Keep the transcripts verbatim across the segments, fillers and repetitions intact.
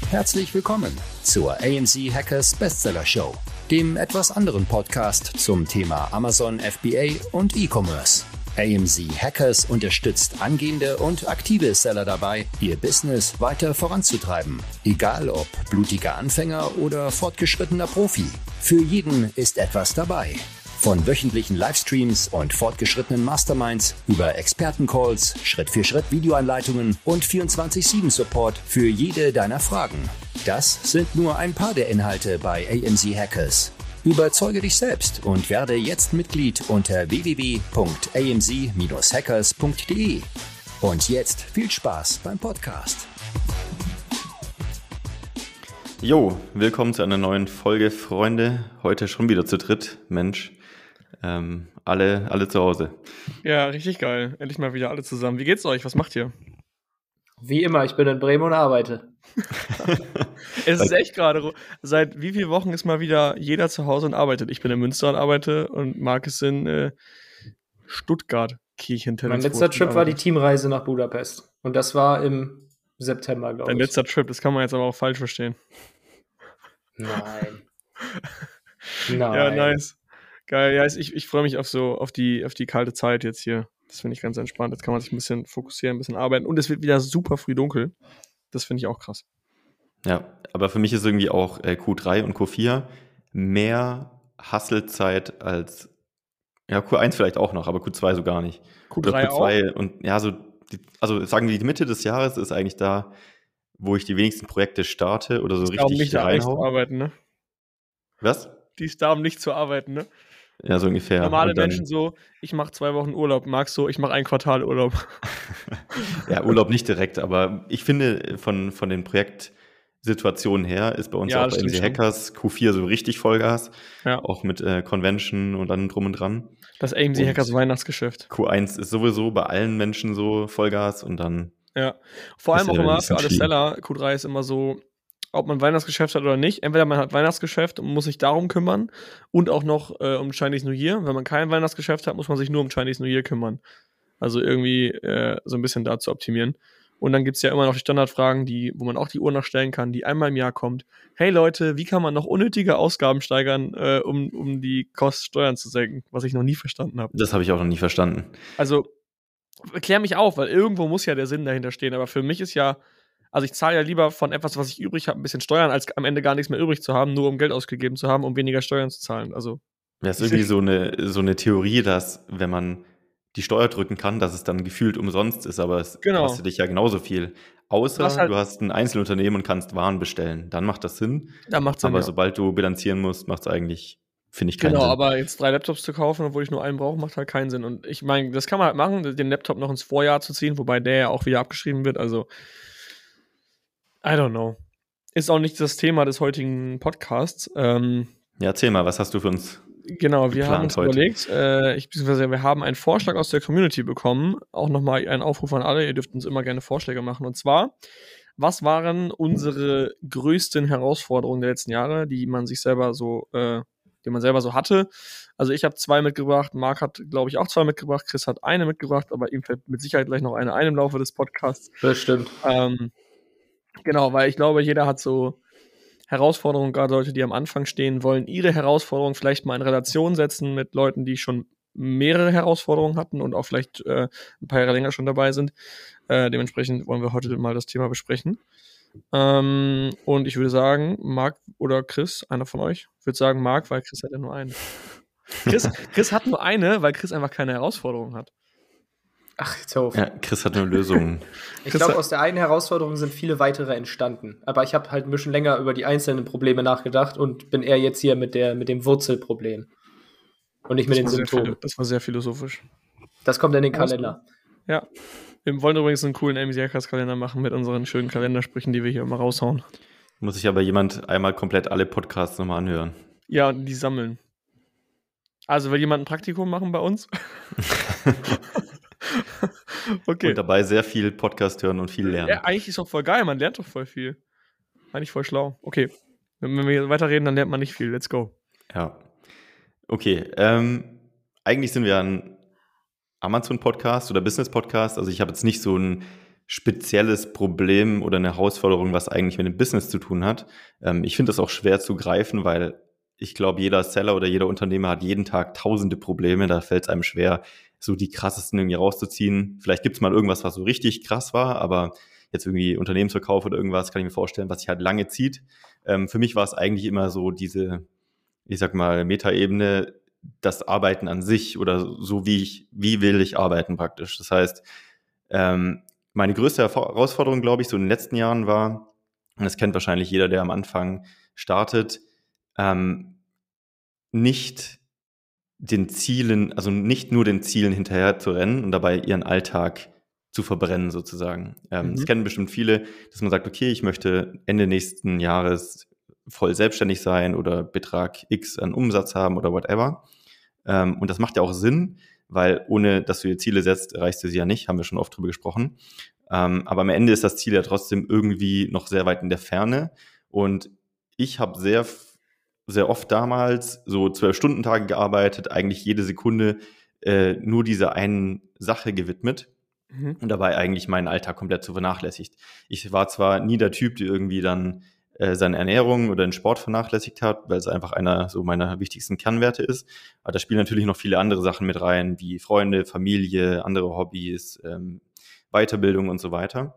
Herzlich willkommen zur A M Z Hackers Bestseller Show, dem etwas anderen Podcast zum Thema Amazon F B A und E-Commerce. A M Z Hackers unterstützt angehende und aktive Seller dabei, ihr Business weiter voranzutreiben. Egal ob blutiger Anfänger oder fortgeschrittener Profi. Für jeden ist etwas dabei. Von wöchentlichen Livestreams und fortgeschrittenen Masterminds über Expertencalls, Schritt-für-Schritt-Videoanleitungen und vierundzwanzig sieben Support für jede deiner Fragen. Das sind nur ein paar der Inhalte bei A M Z Hackers. Überzeuge dich selbst und werde jetzt Mitglied unter w w w punkt a m z dash hackers punkt d e. Und jetzt viel Spaß beim Podcast. Jo, willkommen zu einer neuen Folge, Freunde. Heute schon wieder zu dritt. Mensch, ähm, alle, alle zu Hause. Ja, richtig geil. Endlich mal wieder alle zusammen. Wie geht's euch? Was macht ihr? Wie immer, ich bin in Bremen und arbeite. Es ist echt gerade, seit wie vielen Wochen ist mal wieder jeder zu Hause und arbeitet? Ich bin in Münster und arbeite und Marc ist in äh, Stuttgart. Mein letzter Trip war die Teamreise nach Budapest. Und das war im September, glaube ich. Dein letzter Trip, das kann man jetzt aber auch falsch verstehen. Nein. Nein. Ja, nice. Geil, ja, ich, ich freue mich auf so, auf die, auf die kalte Zeit jetzt hier. Das finde ich ganz entspannt. Jetzt kann man sich ein bisschen fokussieren, ein bisschen arbeiten. Und es wird wieder super früh dunkel. Das finde ich auch krass. Ja, aber für mich ist irgendwie auch äh, Q drei und Q vier mehr Hustle-Zeit als, ja, Q eins vielleicht auch noch, aber Q zwei so gar nicht. Q drei Q zwei auch? Und ja, so, die, also sagen wir, die Mitte des Jahres ist eigentlich da, wo ich die wenigsten Projekte starte oder so Die ist richtig da, um nicht zu reinhau. arbeiten, ne? Was? Die ist da, um nicht zu arbeiten, ne? Ja, so ungefähr. Normale Und dann, Menschen so, ich mache zwei Wochen Urlaub. Magst so, ich mache ein Quartal Urlaub. ja, Urlaub nicht direkt, aber ich finde, von, von den Projektsituationen her ist bei uns Ja, auch das bei stimmt M C schon. Hackers Q vier so richtig Vollgas, Ja. auch mit äh, Convention und allem drum und dran. Das A M Z Und Hackers Weihnachtsgeschäft. Q eins ist sowieso bei allen Menschen so Vollgas und dann Ja. Vor allem ist auch ja ein immer bisschen für alle schwierig. Seller, Q drei ist immer so, ob man Weihnachtsgeschäft hat oder nicht. Entweder man hat Weihnachtsgeschäft und muss sich darum kümmern und auch noch äh, um Chinese New Year. Wenn man kein Weihnachtsgeschäft hat, muss man sich nur um Chinese New Year kümmern. Also irgendwie äh, so ein bisschen da zu optimieren. Und dann gibt es ja immer noch die Standardfragen, die, wo man auch die Uhr nachstellen kann, die einmal im Jahr kommt. Hey Leute, wie kann man noch unnötige Ausgaben steigern, äh, um, um die Kosten Steuern zu senken? Was ich noch nie verstanden habe. Das habe ich auch noch nie verstanden. Also, klär mich auf, weil irgendwo muss ja der Sinn dahinter stehen. Aber für mich ist ja, also ich zahle ja lieber von etwas, was ich übrig habe, ein bisschen Steuern, als am Ende gar nichts mehr übrig zu haben, nur um Geld ausgegeben zu haben, um weniger Steuern zu zahlen. Also, Das ist irgendwie so eine, so eine Theorie, dass wenn man die Steuer drücken kann, dass es dann gefühlt umsonst ist, aber es Genau. kostet dich ja genauso viel. Außer Was halt- du hast ein Einzelunternehmen und kannst Waren bestellen. Dann macht das Sinn. da macht Sinn. aber Ja. sobald du bilanzieren musst, macht es eigentlich, finde ich, keinen Genau, Sinn. aber jetzt drei Laptops zu kaufen, obwohl ich nur einen brauche, macht halt keinen Sinn. Und ich meine, das kann man halt machen, den Laptop noch ins Vorjahr zu ziehen, wobei der ja auch wieder abgeschrieben wird. Also, I don't know. Ist auch nicht das Thema des heutigen Podcasts. Ähm, Ja, erzähl mal, was hast du für uns? Genau, wir geplant haben uns heute? überlegt, äh, ich, beziehungsweise wir haben einen Vorschlag aus der Community bekommen. Auch nochmal ein Aufruf an alle, ihr dürft uns immer gerne Vorschläge machen. Und zwar, was waren unsere größten Herausforderungen der letzten Jahre, die man sich selber so, äh, die man selber so hatte? Also ich habe zwei mitgebracht, Marc hat, glaube ich, auch zwei mitgebracht, Chris hat eine mitgebracht, aber ihm fällt mit Sicherheit gleich noch eine ein im Laufe des Podcasts. Bestimmt. Ähm, genau, weil ich glaube, jeder hat so Herausforderungen, gerade Leute, die am Anfang stehen, wollen ihre Herausforderungen vielleicht mal in Relation setzen mit Leuten, die schon mehrere Herausforderungen hatten und auch vielleicht äh, ein paar Jahre länger schon dabei sind. Äh, dementsprechend wollen wir heute mal das Thema besprechen. Ähm, und ich würde sagen, Marc oder Chris, einer von euch, würde sagen Marc, weil Chris hat ja nur eine. Chris, Chris hat nur eine, weil Chris einfach keine Herausforderung hat. Ach, jetzt hör auf. Ja, Chris hat eine Lösung. Ich glaube, aus der einen Herausforderung sind viele weitere entstanden. Aber ich habe halt ein bisschen länger über die einzelnen Probleme nachgedacht und bin eher jetzt hier mit, der, mit dem Wurzelproblem. Und nicht mit den Das war sehr Symptomen. philo- Das war sehr philosophisch. Das kommt in den Alles Kalender. Ja. Wir wollen übrigens einen coolen A M Z Hackers Kalender machen mit unseren schönen Kalendersprüchen, die wir hier immer raushauen. Muss sich aber jemand einmal komplett alle Podcasts nochmal anhören. Ja, und die sammeln. Also will jemand ein Praktikum machen bei uns? Okay. Und dabei sehr viel Podcast hören und viel lernen. Ja, eigentlich ist doch voll geil, man lernt doch voll viel. Eigentlich voll schlau. Okay. Wenn wenn wir weiterreden, dann lernt man nicht viel. Let's go. Ja. Okay. Ähm, eigentlich sind wir ein Amazon-Podcast oder Business-Podcast. Also ich habe jetzt nicht so ein spezielles Problem oder eine Herausforderung, was eigentlich mit dem Business zu tun hat. Ähm, ich finde das auch schwer zu greifen, weil ich glaube, jeder Seller oder jeder Unternehmer hat jeden Tag tausende Probleme. Da fällt es einem schwer, so die krassesten irgendwie rauszuziehen. Vielleicht gibt es mal irgendwas, was so richtig krass war, aber jetzt irgendwie Unternehmensverkauf oder irgendwas, kann ich mir vorstellen, was sich halt lange zieht. Ähm, für mich war es eigentlich immer so diese, ich sag mal, Metaebene, das Arbeiten an sich oder so, wie ich, wie will ich arbeiten praktisch. Das heißt, ähm, meine größte Herausforderung, glaube ich, so in den letzten Jahren war, und das kennt wahrscheinlich jeder, der am Anfang startet, ähm, nicht den Zielen, also nicht nur den Zielen hinterher zu rennen und dabei ihren Alltag zu verbrennen sozusagen. Ähm, Mhm. Das kennen bestimmt viele, dass man sagt, okay, ich möchte Ende nächsten Jahres voll selbstständig sein oder Betrag X an Umsatz haben oder whatever. Ähm, und das macht ja auch Sinn, weil ohne, dass du dir Ziele setzt, erreichst du sie ja nicht, haben wir schon oft drüber gesprochen. Ähm, aber am Ende ist das Ziel ja trotzdem irgendwie noch sehr weit in der Ferne. Und ich habe sehr, sehr oft damals so zwölf-Stunden-Tage gearbeitet, eigentlich jede Sekunde äh, nur dieser einen Sache gewidmet Mhm. und dabei eigentlich meinen Alltag komplett zu vernachlässigt. Ich war zwar nie der Typ, der irgendwie dann äh, seine Ernährung oder den Sport vernachlässigt hat, weil es einfach einer so meiner wichtigsten Kernwerte ist. Aber da spielen natürlich noch viele andere Sachen mit rein, wie Freunde, Familie, andere Hobbys, ähm, Weiterbildung und so weiter.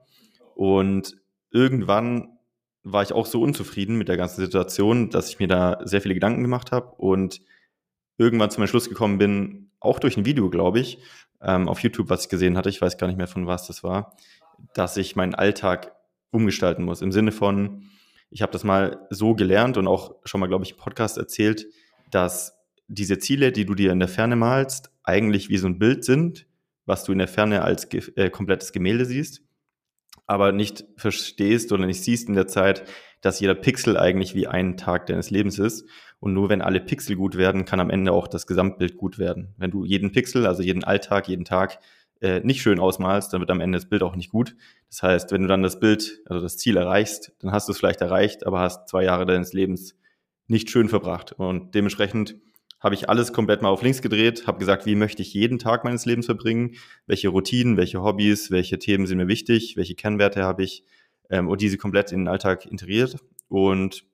Und irgendwann war ich auch so unzufrieden mit der ganzen Situation, dass ich mir da sehr viele Gedanken gemacht habe und irgendwann zum Entschluss gekommen bin, auch durch ein Video, glaube ich, ähm, auf YouTube, was ich gesehen hatte, ich weiß gar nicht mehr, von was das war, dass ich meinen Alltag umgestalten muss. Im Sinne von, ich habe das mal so gelernt und auch schon mal, glaube ich, im Podcast erzählt, dass diese Ziele, die du dir in der Ferne malst, eigentlich wie so ein Bild sind, was du in der Ferne als ge- äh, komplettes Gemälde siehst, aber nicht verstehst oder nicht siehst in der Zeit, dass jeder Pixel eigentlich wie ein Tag deines Lebens ist. Und nur wenn alle Pixel gut werden, kann am Ende auch das Gesamtbild gut werden. Wenn du jeden Pixel, also jeden Alltag, jeden Tag äh, nicht schön ausmalst, dann wird am Ende das Bild auch nicht gut. Das heißt, wenn du dann das Bild, also das Ziel erreichst, dann hast du es vielleicht erreicht, aber hast zwei Jahre deines Lebens nicht schön verbracht. Und dementsprechend habe ich alles komplett mal auf links gedreht, habe gesagt, wie möchte ich jeden Tag meines Lebens verbringen, welche Routinen, welche Hobbys, welche Themen sind mir wichtig, welche Kennwerte habe ich ähm, und diese komplett in den Alltag integriert. Und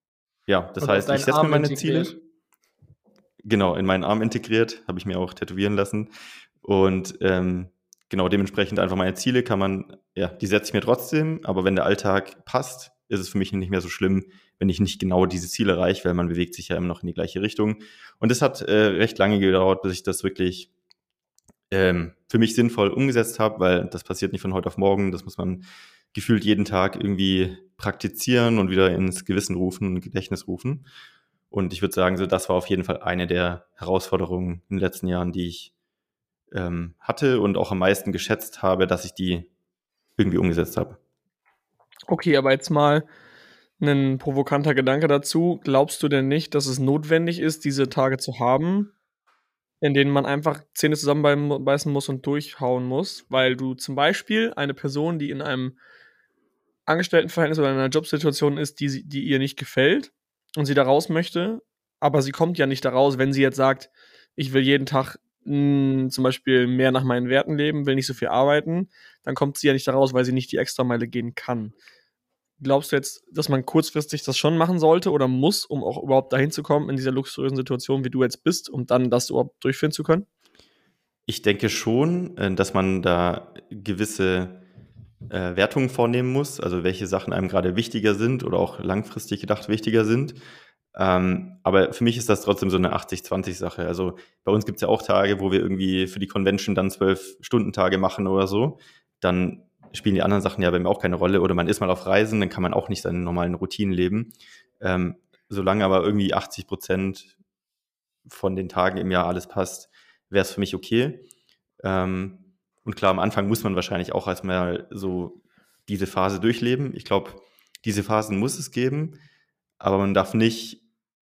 ja, das Und auf heißt, ich deinen setze mir Arm meine integriert. Ziele. Genau, in meinen Arm integriert, habe ich mir auch tätowieren lassen. Und ähm, genau dementsprechend einfach meine Ziele kann man, ja, die setze ich mir trotzdem, aber wenn der Alltag passt, ist es für mich nicht mehr so schlimm, wenn ich nicht genau diese Ziele erreiche, weil man bewegt sich ja immer noch in die gleiche Richtung. Und es hat äh, recht lange gedauert, bis ich das wirklich ähm, für mich sinnvoll umgesetzt habe, weil das passiert nicht von heute auf morgen. Das muss man gefühlt jeden Tag irgendwie praktizieren und wieder ins Gewissen rufen, ins Gedächtnis rufen. Und ich würde sagen, so das war auf jeden Fall eine der Herausforderungen in den letzten Jahren, die ich ähm, hatte und auch am meisten geschätzt habe, dass ich die irgendwie umgesetzt habe. Okay, aber jetzt mal ein provokanter Gedanke dazu. Glaubst du denn nicht, dass es notwendig ist, diese Tage zu haben, in denen man einfach Zähne zusammenbeißen muss und durchhauen muss? Weil du zum Beispiel eine Person, die in einem Angestelltenverhältnis oder in einer Jobsituation ist, die, sie- die ihr nicht gefällt und sie da raus möchte, aber sie kommt ja nicht da raus, wenn sie jetzt sagt, ich will jeden Tag mh, zum Beispiel mehr nach meinen Werten leben, will nicht so viel arbeiten, dann kommt sie ja nicht da raus, weil sie nicht die Extrameile gehen kann. Glaubst du jetzt, dass man kurzfristig das schon machen sollte oder muss, um auch überhaupt dahin zu kommen in dieser luxuriösen Situation, wie du jetzt bist, um dann das überhaupt durchführen zu können? Ich denke schon, äh, dass man da gewisse äh, Wertungen vornehmen muss, also welche Sachen einem gerade wichtiger sind oder auch langfristig gedacht wichtiger sind. Ähm, aber für mich ist das trotzdem so eine achtzig zwanzig Sache. Also bei uns gibt es ja auch Tage, wo wir irgendwie für die Convention dann zwölf Stunden Tage machen oder so. Dann spielen die anderen Sachen ja bei mir auch keine Rolle. Oder man ist mal auf Reisen, dann kann man auch nicht seine normalen Routinen leben. Ähm, solange aber irgendwie achtzig Prozent von den Tagen im Jahr alles passt, wäre es für mich okay. Ähm, und klar, am Anfang muss man wahrscheinlich auch erstmal so diese Phase durchleben. Ich glaube, diese Phasen muss es geben, aber man darf nicht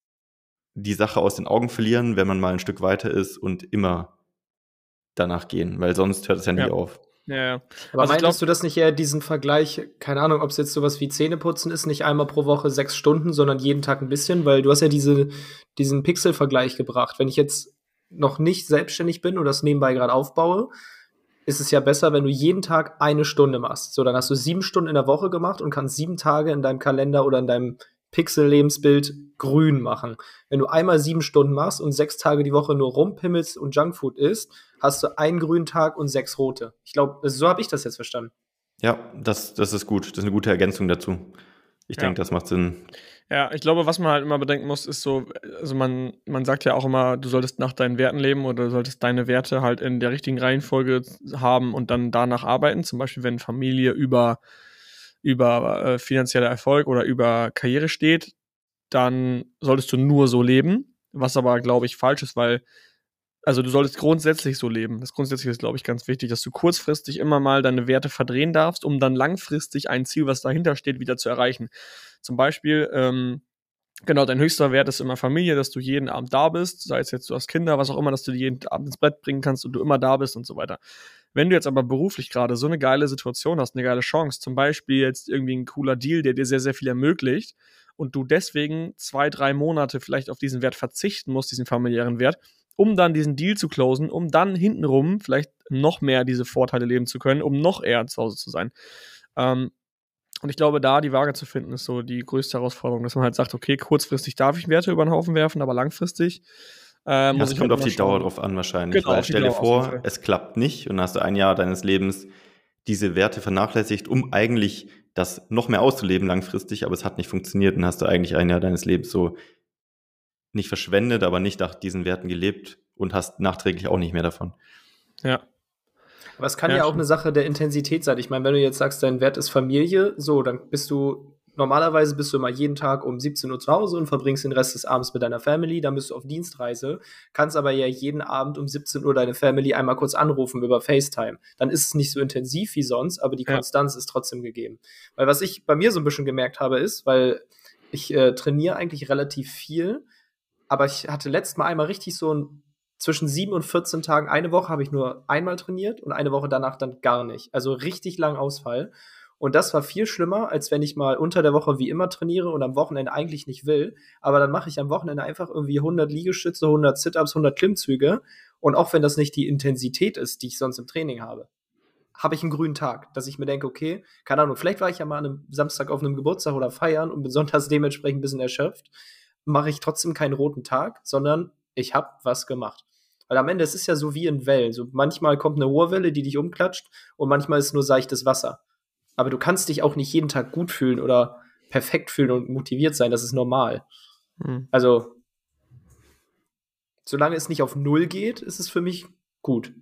die Sache aus den Augen verlieren, wenn man mal ein Stück weiter ist und immer danach gehen, weil sonst hört es ja nie Ja. auf. Ja, ja. Aber Also ich meintest glaub- du das nicht eher, diesen Vergleich, keine Ahnung, ob es jetzt sowas wie Zähneputzen ist, nicht einmal pro Woche sechs Stunden, sondern jeden Tag ein bisschen? Weil du hast ja diese, diesen Pixel-Vergleich gebracht. Wenn ich jetzt noch nicht selbstständig bin oder das nebenbei gerade aufbaue, ist es ja besser, wenn du jeden Tag eine Stunde machst. So, dann hast du sieben Stunden in der Woche gemacht und kannst sieben Tage in deinem Kalender oder in deinem Pixel-Lebensbild grün machen. Wenn du einmal sieben Stunden machst und sechs Tage die Woche nur rumpimmelst und Junkfood isst, hast du einen grünen Tag und sechs rote. Ich glaube, so habe ich das jetzt verstanden. Ja, das, das ist gut. Das ist eine gute Ergänzung dazu. Ich Ja. denke, das macht Sinn. Ja, ich glaube, was man halt immer bedenken muss, ist so, also man, man sagt ja auch immer, du solltest nach deinen Werten leben oder du solltest deine Werte halt in der richtigen Reihenfolge haben und dann danach arbeiten. Zum Beispiel, wenn Familie über, über äh, finanzieller Erfolg oder über Karriere steht, dann solltest du nur so leben, was aber, glaube ich, falsch ist, weil also du solltest grundsätzlich so leben. Das grundsätzlich ist, glaube ich, ganz wichtig, dass du kurzfristig immer mal deine Werte verdrehen darfst, um dann langfristig ein Ziel, was dahinter steht, wieder zu erreichen. Zum Beispiel, ähm, genau, dein höchster Wert ist immer Familie, dass du jeden Abend da bist, sei es jetzt du hast Kinder, was auch immer, dass du die jeden Abend ins Bett bringen kannst und du immer da bist und so weiter. Wenn du jetzt aber beruflich gerade so eine geile Situation hast, eine geile Chance, zum Beispiel jetzt irgendwie ein cooler Deal, der dir sehr, sehr viel ermöglicht und du deswegen zwei, drei Monate vielleicht auf diesen Wert verzichten musst, diesen familiären Wert, um dann diesen Deal zu closen, um dann hintenrum vielleicht noch mehr diese Vorteile leben zu können, um noch eher zu Hause zu sein. Ähm, und ich glaube, da die Waage zu finden, ist so die größte Herausforderung, dass man halt sagt, okay, kurzfristig darf ich Werte über den Haufen werfen, aber langfristig äh, Ja, muss es ich kommt halt auf die immer schauen. Dauer drauf an wahrscheinlich. Genau, Weil auf die stell dir Dauer auf jeden vor, Fall. es klappt nicht und dann hast du ein Jahr deines Lebens diese Werte vernachlässigt, um eigentlich das noch mehr auszuleben langfristig, aber es hat nicht funktioniert und hast du eigentlich ein Jahr deines Lebens so nicht verschwendet, aber nicht nach diesen Werten gelebt und hast nachträglich auch nicht mehr davon. Ja. Aber es kann Ja, ja auch stimmt. eine Sache der Intensität sein. Ich meine, wenn du jetzt sagst, dein Wert ist Familie, so, dann bist du, normalerweise bist du immer jeden Tag um siebzehn Uhr zu Hause und verbringst den Rest des Abends mit deiner Family, dann bist du auf Dienstreise, kannst aber ja jeden Abend um siebzehn Uhr deine Family einmal kurz anrufen über FaceTime. Dann ist es nicht so intensiv wie sonst, aber die Ja. Konstanz ist trotzdem gegeben. Weil was ich bei mir so ein bisschen gemerkt habe, ist, weil ich äh, trainiere eigentlich relativ viel, aber ich hatte letztes Mal einmal richtig so ein zwischen sieben und vierzehn Tagen, eine Woche habe ich nur einmal trainiert und eine Woche danach dann gar nicht. Also richtig lang Ausfall. Und das war viel schlimmer, als wenn ich mal unter der Woche wie immer trainiere und am Wochenende eigentlich nicht will. Aber dann mache ich am Wochenende einfach irgendwie hundert Liegestütze, hundert Sit-Ups, hundert Klimmzüge. Und auch wenn das nicht die Intensität ist, die ich sonst im Training habe, habe ich einen grünen Tag, dass ich mir denke, okay, keine Ahnung, vielleicht war ich ja mal an einem Samstag auf einem Geburtstag oder feiern und bin sonntags dementsprechend ein bisschen erschöpft. Mache ich trotzdem keinen roten Tag, sondern ich habe was gemacht. Weil am Ende, es ist ja so wie in Wellen. So manchmal kommt eine hohe Welle, die dich umklatscht und manchmal ist nur seichtes Wasser. Aber du kannst dich auch nicht jeden Tag gut fühlen oder perfekt fühlen und motiviert sein. Das ist normal. Hm. Also, solange es nicht auf Null geht, ist es für mich gut.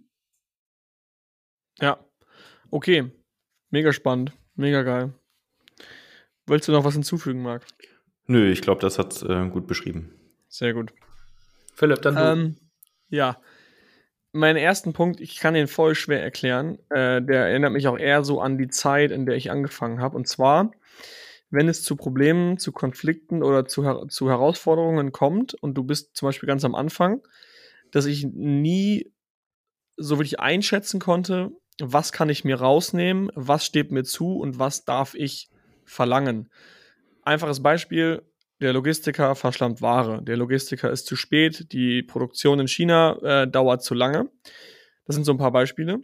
Ja. Okay. Mega spannend. Mega geil. Willst du noch was hinzufügen, Marc? Nö, ich glaube, das hat äh, gut beschrieben. Sehr gut. Philipp, dann du. Ähm, ja. Meinen ersten Punkt, ich kann den voll schwer erklären. Äh, der erinnert mich auch eher so an die Zeit, in der ich angefangen habe. Und zwar, wenn es zu Problemen, zu Konflikten oder zu, Her- zu Herausforderungen kommt und du bist zum Beispiel ganz am Anfang, dass ich nie so wirklich einschätzen konnte, was kann ich mir rausnehmen, was steht mir zu und was darf ich verlangen. Einfaches Beispiel, der Logistiker verschlammt Ware. Der Logistiker ist zu spät, die Produktion in China äh, dauert zu lange. Das sind so ein paar Beispiele.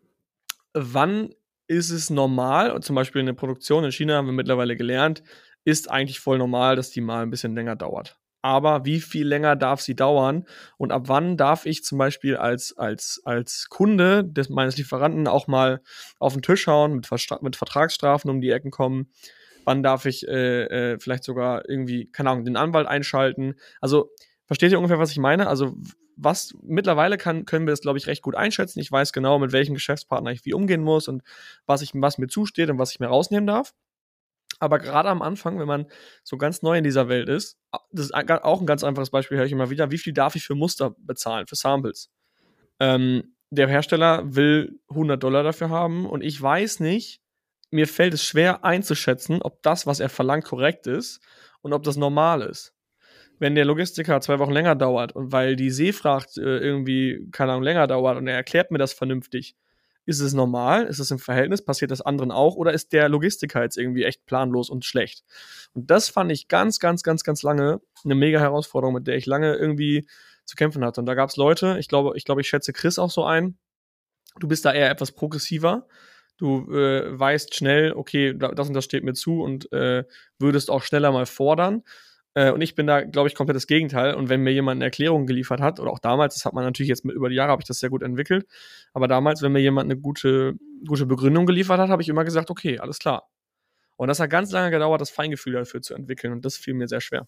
Wann ist es normal, und zum Beispiel eine Produktion in China, haben wir mittlerweile gelernt, ist eigentlich voll normal, dass die mal ein bisschen länger dauert. Aber wie viel länger darf sie dauern und ab wann darf ich zum Beispiel als, als, als Kunde des, meines Lieferanten auch mal auf den Tisch hauen, mit, Verstra- mit Vertragsstrafen um die Ecken kommen? Wann darf ich äh, äh, vielleicht sogar irgendwie, keine Ahnung, den Anwalt einschalten? Also, versteht ihr ungefähr, was ich meine? Also, was mittlerweile kann, können wir das, glaube ich, recht gut einschätzen. Ich weiß genau, mit welchem Geschäftspartner ich wie umgehen muss und was, ich, was mir zusteht und was ich mir rausnehmen darf. Aber gerade am Anfang, wenn man so ganz neu in dieser Welt ist, das ist auch ein ganz einfaches Beispiel, höre ich immer wieder, wie viel darf ich für Muster bezahlen, für Samples? Ähm, der Hersteller will hundert Dollar dafür haben und ich weiß nicht, mir fällt es schwer einzuschätzen, ob das, was er verlangt, korrekt ist und ob das normal ist. Wenn der Logistiker zwei Wochen länger dauert und weil die Seefracht äh, irgendwie, keine Ahnung, länger dauert und er erklärt mir das vernünftig, ist es normal? Ist es im Verhältnis? Passiert das anderen auch? Oder ist der Logistiker jetzt irgendwie echt planlos und schlecht? Und das fand ich ganz, ganz, ganz, ganz lange eine mega Herausforderung, mit der ich lange irgendwie zu kämpfen hatte. Und da gab es Leute, ich glaube, ich glaube, ich schätze Chris auch so ein, Du bist da eher etwas progressiver. Du äh, weißt schnell, okay, das und das steht mir zu und äh, würdest auch schneller mal fordern. Äh, und ich bin da, glaube ich, komplett das Gegenteil. Und wenn mir jemand eine Erklärung geliefert hat, oder auch damals, das hat man natürlich jetzt mit, über die Jahre, habe ich das sehr gut entwickelt, aber damals, wenn mir jemand eine gute, gute Begründung geliefert hat, habe ich immer gesagt, okay, alles klar. Und das hat ganz lange gedauert, das Feingefühl dafür zu entwickeln. Und das fiel mir sehr schwer.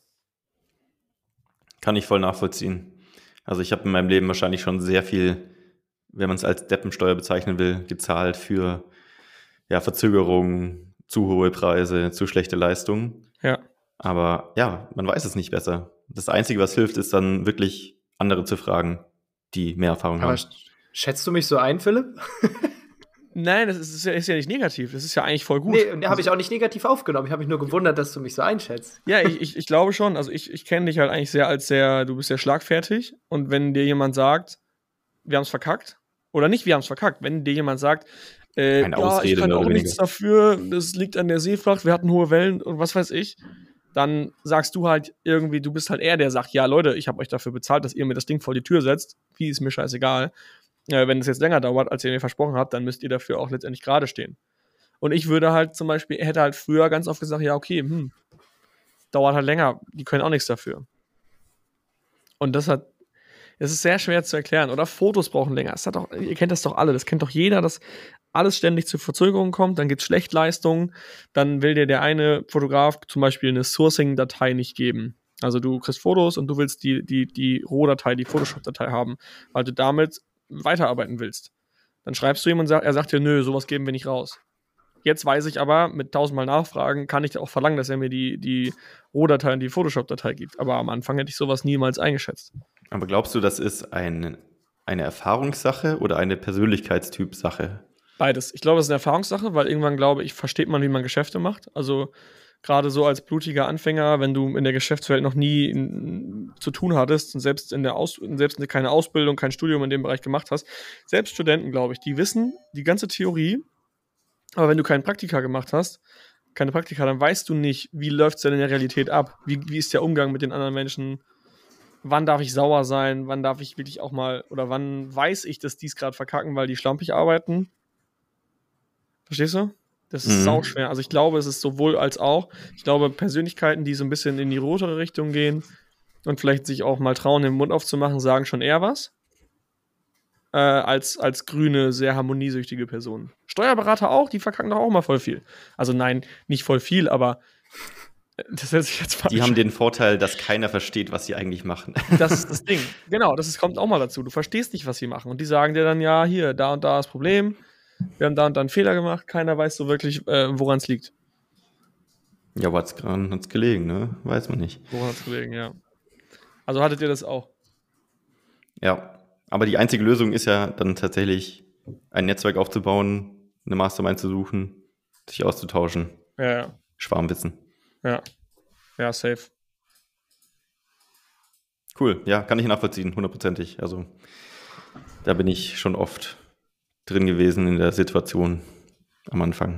Kann ich voll nachvollziehen. Also ich habe in meinem Leben wahrscheinlich schon sehr viel, wenn man es als Deppensteuer bezeichnen will, gezahlt für ja, Verzögerungen, zu hohe Preise, zu schlechte Leistungen. Ja. Aber ja, man weiß es nicht besser. Das Einzige, was hilft, ist dann wirklich andere zu fragen, die mehr Erfahrung Aber haben. sch- schätzt du mich so ein, Philipp? Nein, das ist ja, ist ja nicht negativ. Das ist ja eigentlich voll gut. Nee, habe ich auch nicht negativ aufgenommen. Ich habe mich nur gewundert, dass du mich so einschätzt. Ja, ich, ich, ich glaube schon. Also ich, ich kenne dich halt eigentlich sehr als sehr, du bist sehr schlagfertig. Und wenn dir jemand sagt, wir haben es verkackt, oder nicht, wir haben es verkackt, wenn dir jemand sagt, äh, Eine ja, Ausrede, ich kann mehr auch oder nichts weniger. dafür, das liegt an der Seefracht, wir hatten hohe Wellen und was weiß ich, dann sagst du halt irgendwie, du bist halt eher der, der sagt, ja Leute, ich habe euch dafür bezahlt, dass ihr mir das Ding vor die Tür setzt, wie ist mir scheißegal. Äh, wenn es jetzt länger dauert, als ihr mir versprochen habt, dann müsst ihr dafür auch letztendlich gerade stehen. Und ich würde halt zum Beispiel, hätte halt früher ganz oft gesagt, ja okay, hm, dauert halt länger, die können auch nichts dafür. Und das hat, es ist sehr schwer zu erklären. Oder Fotos brauchen länger. Das hat doch, ihr kennt das doch alle, das kennt doch jeder, dass alles ständig zu Verzögerungen kommt, dann gibt es Schlechtleistungen, dann will dir der eine Fotograf zum Beispiel eine Sourcing-Datei nicht geben. Also du kriegst Fotos und du willst die, die, die Rohdatei, die Photoshop-Datei haben, weil du damit weiterarbeiten willst. Dann schreibst du ihm und sag, er sagt dir, nö, sowas geben wir nicht raus. Jetzt weiß ich aber, mit tausendmal Nachfragen kann ich auch verlangen, dass er mir die, die Rohdatei und die Photoshop-Datei gibt. Aber am Anfang hätte ich sowas niemals eingeschätzt. Aber glaubst du, das ist ein, eine Erfahrungssache oder eine Persönlichkeitstyp-Sache? Beides. Ich glaube, es ist eine Erfahrungssache, weil irgendwann, glaube ich, versteht man, wie man Geschäfte macht. Also gerade so als blutiger Anfänger, wenn du in der Geschäftswelt noch nie in, zu tun hattest und selbst in der Aus, selbst keine Ausbildung, kein Studium in dem Bereich gemacht hast, selbst Studenten, glaube ich, die wissen die ganze Theorie, aber wenn du keinen Praktika gemacht hast, keine Praktika, dann weißt du nicht, wie läuft es denn in der Realität ab? Wie, wie ist der Umgang mit den anderen Menschen? Wann darf ich sauer sein? Wann darf ich wirklich auch mal, oder wann weiß ich, dass die es gerade verkacken, weil die schlampig arbeiten? Verstehst du? Das ist Mhm. sauschwer. Also ich glaube, es ist sowohl als auch. Ich glaube, Persönlichkeiten, die so ein bisschen in die rotere Richtung gehen und vielleicht sich auch mal trauen, den Mund aufzumachen, sagen schon eher was. Äh, als, als grüne, sehr harmoniesüchtige Personen. Steuerberater auch, die verkacken doch auch mal voll viel. Also nein, nicht voll viel, aber äh, das hört sich jetzt falsch Die haben an. den Vorteil, dass keiner versteht, was sie eigentlich machen. Das ist das Ding. Genau, das ist, kommt auch mal dazu. Du verstehst nicht, was sie machen. Und die sagen dir dann, ja, hier, da und da ist das Problem. Wir haben da und da einen Fehler gemacht. Keiner weiß so wirklich, äh, woran es liegt. Ja, wo hat's dran hat's gelegen, ne? Weiß man nicht. Woran es gelegen, ja. Also hattet ihr das auch? Ja, aber die einzige Lösung ist ja dann tatsächlich, ein Netzwerk aufzubauen, eine Mastermind zu suchen, sich auszutauschen. Ja, ja. Schwarmwissen. Ja, ja, safe. Cool, ja, kann ich nachvollziehen, hundertprozentig. Also da bin ich schon oft drin gewesen in der Situation am Anfang.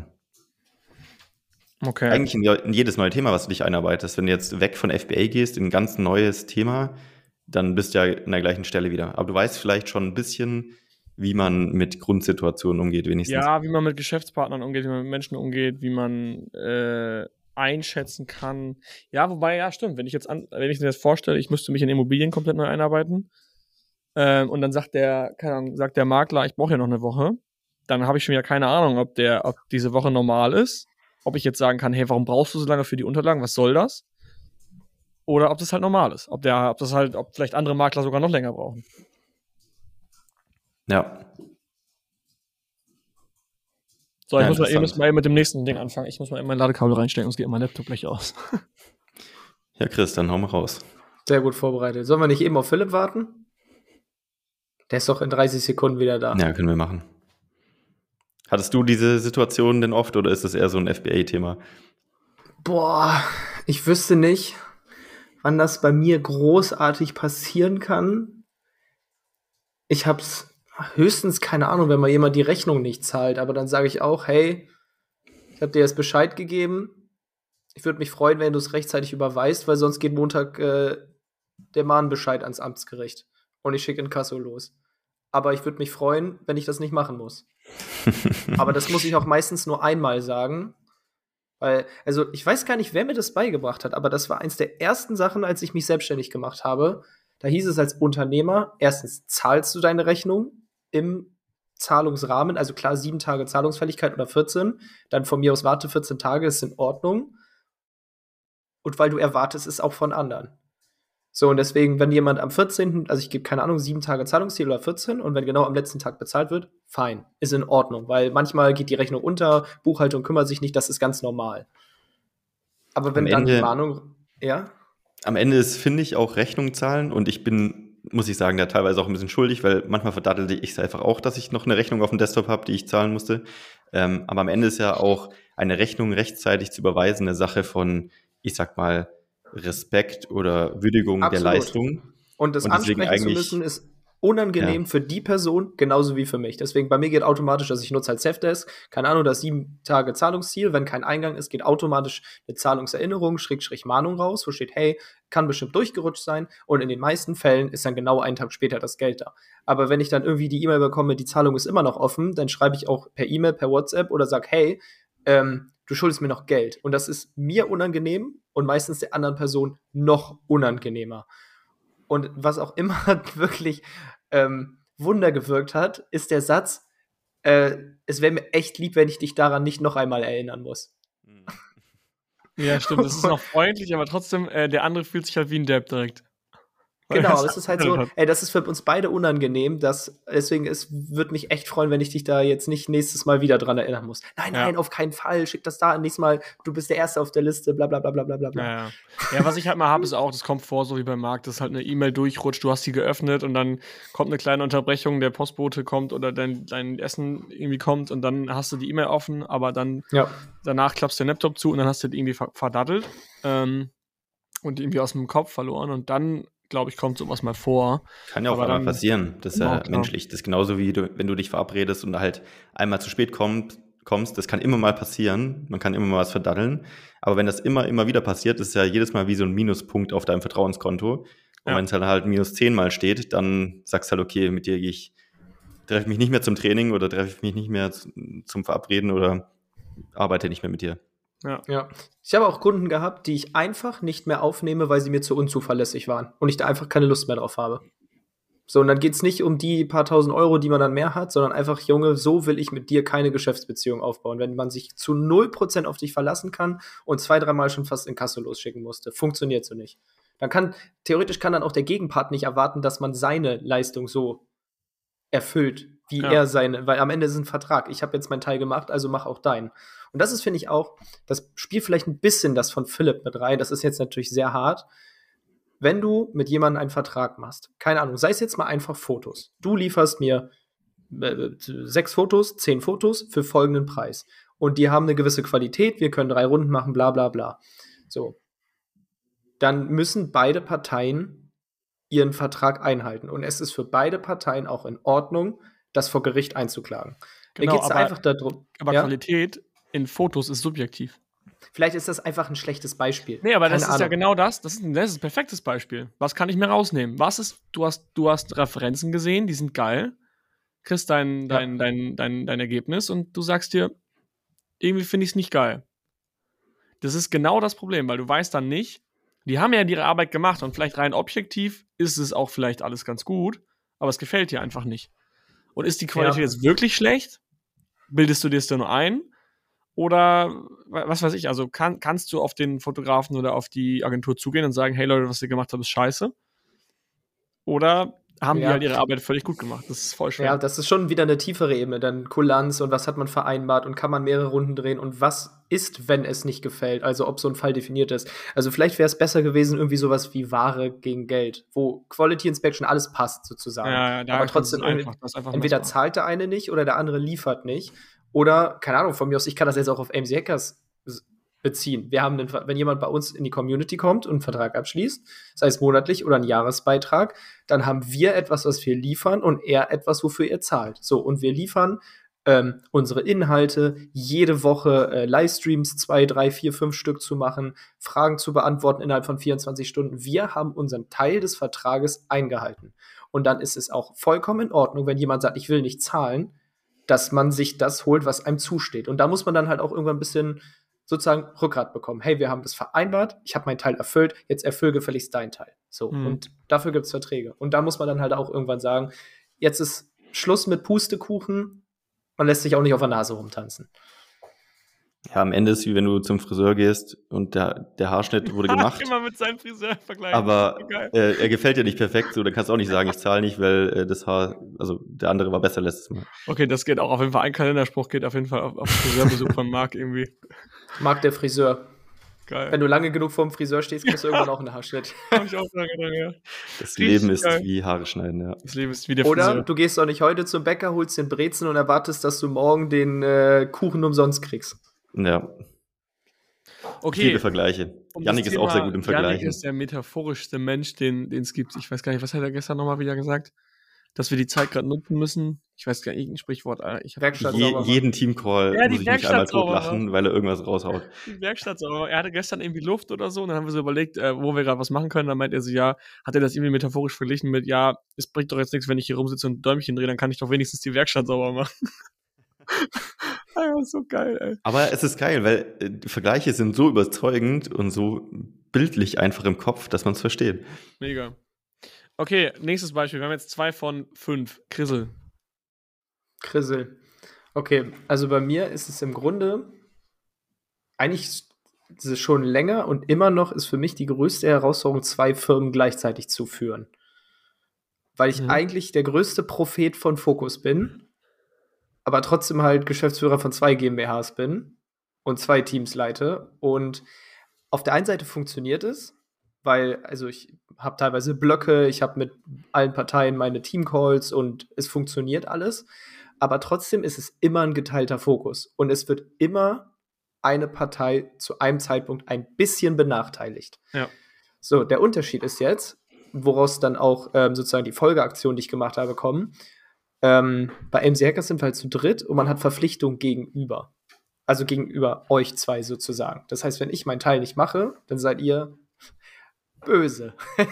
Okay. Eigentlich in, in jedes neue Thema, was du dich einarbeitest. Wenn du jetzt weg von F B A gehst in ein ganz neues Thema, dann bist du ja an der gleichen Stelle wieder. Aber du weißt vielleicht schon ein bisschen, wie man mit Grundsituationen umgeht, wenigstens. Ja, wie man mit Geschäftspartnern umgeht, wie man mit Menschen umgeht, wie man äh, einschätzen kann. Ja, wobei, ja, stimmt. Wenn ich jetzt an, wenn ich mir das vorstelle, ich müsste mich in Immobilien komplett neu einarbeiten, ähm, und dann sagt der, keine Ahnung, sagt der Makler, ich brauche ja noch eine Woche, dann habe ich schon wieder keine Ahnung, ob der, ob diese Woche normal ist, ob ich jetzt sagen kann, hey, warum brauchst du so lange für die Unterlagen? Was soll das? Oder ob das halt normal ist. Ob der, ob das halt, ob vielleicht andere Makler sogar noch länger brauchen. Ja. So, ich Ja, muss mal, ihr interessant. müsst mal eben mit dem nächsten Ding anfangen. Ich muss mal eben mein Ladekabel reinstecken, sonst geht mein Laptop gleich aus. Ja, Chris, dann hau mal raus. Sehr gut vorbereitet. Sollen wir nicht eben auf Philipp warten? Der ist doch in dreißig Sekunden wieder da. Ja, können wir machen. Hattest du diese Situation denn oft oder ist das eher so ein F B A-Thema? Boah, ich wüsste nicht, wann das bei mir großartig passieren kann. Ich hab's höchstens, keine Ahnung, wenn mal jemand die Rechnung nicht zahlt, aber dann sage ich auch, hey, ich habe dir jetzt Bescheid gegeben. Ich würde mich freuen, wenn du es rechtzeitig überweist, weil sonst geht Montag äh, der Mahnbescheid ans Amtsgericht und ich schicke Inkasso los. aber ich würde mich freuen, wenn ich das nicht machen muss. Aber das muss ich auch meistens nur einmal sagen. Weil, also ich weiß gar nicht, wer mir das beigebracht hat, aber das war eins der ersten Sachen, als ich mich selbstständig gemacht habe. Da hieß es als Unternehmer, erstens zahlst du deine Rechnung im Zahlungsrahmen, also klar, sieben Tage Zahlungsfälligkeit oder vierzehn, dann von mir aus warte vierzehn Tage, ist in Ordnung. Und weil du erwartest es auch von anderen. So, und deswegen, wenn jemand am vierzehnten, also ich gebe keine Ahnung, sieben Tage Zahlungsziel oder vierzehn und wenn genau am letzten Tag bezahlt wird, fein, ist in Ordnung, weil manchmal geht die Rechnung unter, Buchhaltung kümmert sich nicht, das ist ganz normal. Aber wenn Am dann Ende- die Warnung, ja, Am Ende ist, finde ich, auch Rechnung zahlen und ich bin, muss ich sagen, da teilweise auch ein bisschen schuldig, weil manchmal verdattelte ich es einfach auch, dass ich noch eine Rechnung auf dem Desktop habe, die ich zahlen musste. Ähm, aber am Ende ist ja auch eine Rechnung rechtzeitig zu überweisen eine Sache von, ich sag mal, Respekt oder Würdigung der Absolut. Leistung. Und das Und deswegen ansprechen zu eigentlich- müssen, ist unangenehm für die Person, genauso wie für mich. Deswegen bei mir geht automatisch, dass ich nutze halt Safdesk, keine Ahnung, das sieben Tage Zahlungsziel, wenn kein Eingang ist, geht automatisch eine Zahlungserinnerung, Schrägstrich Mahnung raus, wo steht, hey, kann bestimmt durchgerutscht sein und in den meisten Fällen ist dann genau einen Tag später das Geld da. Aber wenn ich dann irgendwie die E-Mail bekomme, die Zahlung ist immer noch offen, dann schreibe ich auch per E-Mail, per WhatsApp oder sag, hey, ähm, du schuldest mir noch Geld. Und das ist mir unangenehm und meistens der anderen Person noch unangenehmer. Und was auch immer wirklich ähm, Wunder gewirkt hat, ist der Satz, äh, es wäre mir echt lieb, wenn ich dich daran nicht noch einmal erinnern muss. Ja, stimmt. Das ist noch freundlich, aber trotzdem, äh, der andere fühlt sich halt wie ein Depp direkt. Genau, aber es ist halt so, ey, das ist für uns beide unangenehm, dass, deswegen, es würde mich echt freuen, wenn ich dich da jetzt nicht nächstes Mal wieder dran erinnern muss. Nein, Ja. nein, auf keinen Fall, schick das da, nächstes Mal, du bist der Erste auf der Liste, bla bla bla bla bla bla. Ja, ja. ja, was ich halt mal habe, ist auch, das kommt vor, so wie beim Markt, dass halt eine E-Mail durchrutscht, du hast sie geöffnet und dann kommt eine kleine Unterbrechung, der Postbote kommt oder dein, dein Essen irgendwie kommt und dann hast du die E-Mail offen, aber dann Ja. danach klappst du den Laptop zu und dann hast du den irgendwie ver- verdattelt ähm, und irgendwie aus dem Kopf verloren und dann, glaube ich, kommt sowas mal vor. Kann ja auch Aber einmal dann- passieren. Das ist Genau, ja klar. menschlich. Das ist genauso wie du, wenn du dich verabredest und halt einmal zu spät kommt, kommst. Das kann immer mal passieren. Man kann immer mal was verdaddeln. Aber wenn das immer, immer wieder passiert, ist ja jedes Mal wie so ein Minuspunkt auf deinem Vertrauenskonto. Und Ja. wenn es dann halt minus zehn Mal steht, dann sagst du halt, okay, mit dir gehe ich, treffe ich mich nicht mehr zum Training oder treffe ich mich nicht mehr z- zum Verabreden oder arbeite nicht mehr mit dir. Ja. Ich habe auch Kunden gehabt, die ich einfach nicht mehr aufnehme, weil sie mir zu unzuverlässig waren und ich da einfach keine Lust mehr drauf habe. So, und dann geht es nicht um die paar tausend Euro, die man dann mehr hat, sondern einfach, Junge, so will ich mit dir keine Geschäftsbeziehung aufbauen. Wenn man sich zu null Prozent auf dich verlassen kann und zwei, dreimal schon fast in Kasse losschicken musste, funktioniert so nicht. Dann kann, theoretisch kann dann auch der Gegenpart nicht erwarten, dass man seine Leistung so erfüllt, wie Ja. er seine, weil am Ende ist es ein Vertrag. Ich habe jetzt meinen Teil gemacht, also mach auch deinen. Und das ist, finde ich, auch, das spielt vielleicht ein bisschen das von Philipp mit rein. Das ist jetzt natürlich sehr hart. Wenn du mit jemandem einen Vertrag machst, keine Ahnung, sei es jetzt mal einfach Fotos. Du lieferst mir äh, sechs Fotos, zehn Fotos für folgenden Preis. Und die haben eine gewisse Qualität, wir können drei Runden machen, bla bla bla. So. Dann müssen beide Parteien ihren Vertrag einhalten. Und es ist für beide Parteien auch in Ordnung, das vor Gericht einzuklagen. Genau, Mir geht es aber- einfach darum. Aber ja? Qualität in Fotos ist subjektiv. Vielleicht ist das einfach ein schlechtes Beispiel. Nee, aber Keine das ist ja Ahnung. genau das. Das ist, ein, das ist ein perfektes Beispiel. Was kann ich mir rausnehmen? Was ist, du hast, du hast Referenzen gesehen, die sind geil, kriegst dein, Ja. dein, dein, dein, dein Ergebnis und du sagst dir, irgendwie finde ich es nicht geil. Das ist genau das Problem, weil du weißt dann nicht, die haben ja ihre Arbeit gemacht und vielleicht rein objektiv ist es auch vielleicht alles ganz gut, aber es gefällt dir einfach nicht. Und ist die Qualität Ja. jetzt wirklich schlecht? Bildest du dir es da nur ein? Oder was weiß ich, also kann, kannst du auf den Fotografen oder auf die Agentur zugehen und sagen, hey Leute, was ihr gemacht habt, ist scheiße? Oder haben die Ja. halt ihre Arbeit völlig gut gemacht? Das ist voll schwer. Ja, das ist schon wieder eine tiefere Ebene. Dann Kulanz und was hat man vereinbart und kann man mehrere Runden drehen und was ist, wenn es nicht gefällt? Also ob so ein Fall definiert ist. Also vielleicht wäre es besser gewesen, irgendwie sowas wie Ware gegen Geld, wo Quality Inspection alles passt sozusagen. Ja, ja, da Aber ist es trotzdem, einfach, das ist einfach entweder messbar. zahlt der eine nicht oder der andere liefert nicht. Oder, keine Ahnung, von mir aus, ich kann das jetzt auch auf A M C Hackers s- beziehen. Wir haben, einen, Ver- wenn jemand bei uns in die Community kommt und einen Vertrag abschließt, sei es monatlich oder ein Jahresbeitrag, dann haben wir etwas, was wir liefern und er etwas, wofür er zahlt. So, und wir liefern ähm, unsere Inhalte, jede Woche äh, Livestreams, zwei, drei, vier, fünf Stück zu machen, Fragen zu beantworten innerhalb von vierundzwanzig Stunden. Wir haben unseren Teil des Vertrages eingehalten. Und dann ist es auch vollkommen in Ordnung, wenn jemand sagt, ich will nicht zahlen, dass man sich das holt, was einem zusteht. Und da muss man dann halt auch irgendwann ein bisschen sozusagen Rückgrat bekommen. Hey, wir haben das vereinbart, ich habe meinen Teil erfüllt, jetzt erfüll gefälligst deinen Teil. So, Mhm. und dafür gibt es Verträge. Und da muss man dann halt auch irgendwann sagen, jetzt ist Schluss mit Pustekuchen, man lässt sich auch nicht auf der Nase rumtanzen. Ja, am Ende ist es wie wenn du zum Friseur gehst und der, der Haarschnitt wurde gemacht. Immer mit seinem Friseur vergleichen. Aber Geil. äh, er gefällt dir nicht perfekt, so dann kannst du auch nicht sagen, ich zahle nicht, weil äh, das Haar, also der andere war besser letztes Mal. Okay, das geht auch auf jeden Fall. Ein Kalenderspruch geht auf jeden Fall auf, auf Friseurbesuch von Marc irgendwie. Mag der Friseur. Geil. Wenn du lange genug vor dem Friseur stehst, kriegst du irgendwann auch einen Haarschnitt. Hab ich auch lange dran, ja. Das Richtig Leben ist geil. wie Haare schneiden, ja. Das Leben ist wie der Oder Friseur. du gehst auch nicht heute zum Bäcker, holst den Brezen und erwartest, dass du morgen den äh, Kuchen umsonst kriegst. Ja, Okay. viele Vergleiche. Um Yannick das ist auch sehr Thema- gut im Yannick Vergleichen. ist der metaphorischste Mensch, den den es gibt. Ich weiß gar nicht, was hat er gestern nochmal wieder gesagt? Dass wir die Zeit gerade nutzen müssen. Ich weiß gar nicht, irgendein Sprichwort. Alter. Ich hab Werkstatt Je, sauber machen. jeden Teamcall Ja, die muss ich mich einmal Werkstatt sauber totlachen, weil er irgendwas raushaut. die Werkstatt so. Aber er hatte gestern irgendwie Luft oder so. Und dann haben wir so überlegt, äh, wo wir gerade was machen können. Dann meint er so, ja, hat er das irgendwie metaphorisch verglichen mit, ja, es bringt doch jetzt nichts, wenn ich hier rumsitze und ein Däumchen drehe, dann kann ich doch wenigstens die Werkstatt sauber machen. Einfach so geil, ey. Aber es ist geil, weil äh, die Vergleiche sind so überzeugend und so bildlich einfach im Kopf, dass man es versteht. Mega. Okay, nächstes Beispiel. Wir haben jetzt zwei von fünf. Krissel. Krissel. Okay, also bei mir ist es im Grunde eigentlich ist es schon länger und immer noch ist für mich die größte Herausforderung, zwei Firmen gleichzeitig zu führen. Weil ich Mhm. eigentlich der größte Prophet von Fokus bin, aber trotzdem halt Geschäftsführer von zwei GmbHs bin und zwei Teams leite. Und auf der einen Seite funktioniert es, weil, also ich habe teilweise Blöcke, ich habe mit allen Parteien meine Teamcalls und es funktioniert alles. Aber trotzdem ist es immer ein geteilter Fokus. Und es wird immer eine Partei zu einem Zeitpunkt ein bisschen benachteiligt. Ja. So, der Unterschied ist jetzt, woraus dann auch ähm, sozusagen die Folgeaktionen, die ich gemacht habe, kommen. Ähm, bei A M C Hackers sind wir halt zu dritt und man hat Verpflichtungen gegenüber. Also gegenüber euch zwei sozusagen. Das heißt, wenn ich meinen Teil nicht mache, dann seid ihr böse.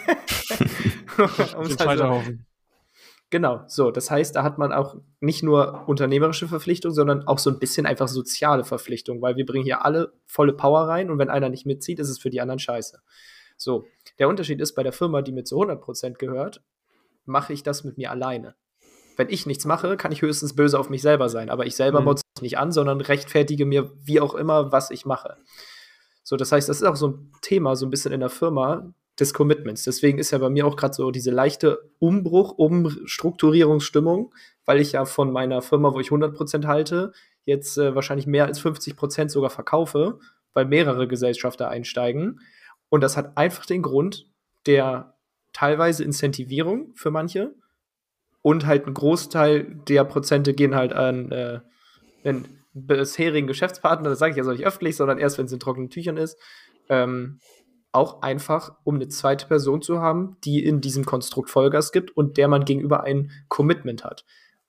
Um's Den also- Scheiterhaufen. Genau, so. Das heißt, da hat man auch nicht nur unternehmerische Verpflichtungen, sondern auch so ein bisschen einfach soziale Verpflichtungen, weil wir bringen hier alle volle Power rein und wenn einer nicht mitzieht, ist es für die anderen scheiße. So, der Unterschied ist, bei der Firma, die mir zu hundert Prozent gehört, mache ich das mit mir alleine. Wenn ich nichts mache, kann ich höchstens böse auf mich selber sein, aber ich selber Mhm. motze mich nicht an, sondern rechtfertige mir wie auch immer, was ich mache. So, das heißt, das ist auch so ein Thema, so ein bisschen in der Firma, des Commitments. Deswegen ist ja bei mir auch gerade so diese leichte Umbruch, Umstrukturierungsstimmung, weil ich ja von meiner Firma, wo ich hundert Prozent halte, jetzt äh, wahrscheinlich mehr als fünfzig Prozent sogar verkaufe, weil mehrere Gesellschafter einsteigen. Und das hat einfach den Grund der teilweise Incentivierung für manche und halt ein Großteil der Prozente gehen halt an äh, den bisherigen Geschäftspartner, das sage ich ja so nicht öffentlich, sondern erst, wenn es in trockenen Tüchern ist, ähm, auch einfach, um eine zweite Person zu haben, die in diesem Konstrukt Vollgas gibt und der man gegenüber ein Commitment hat.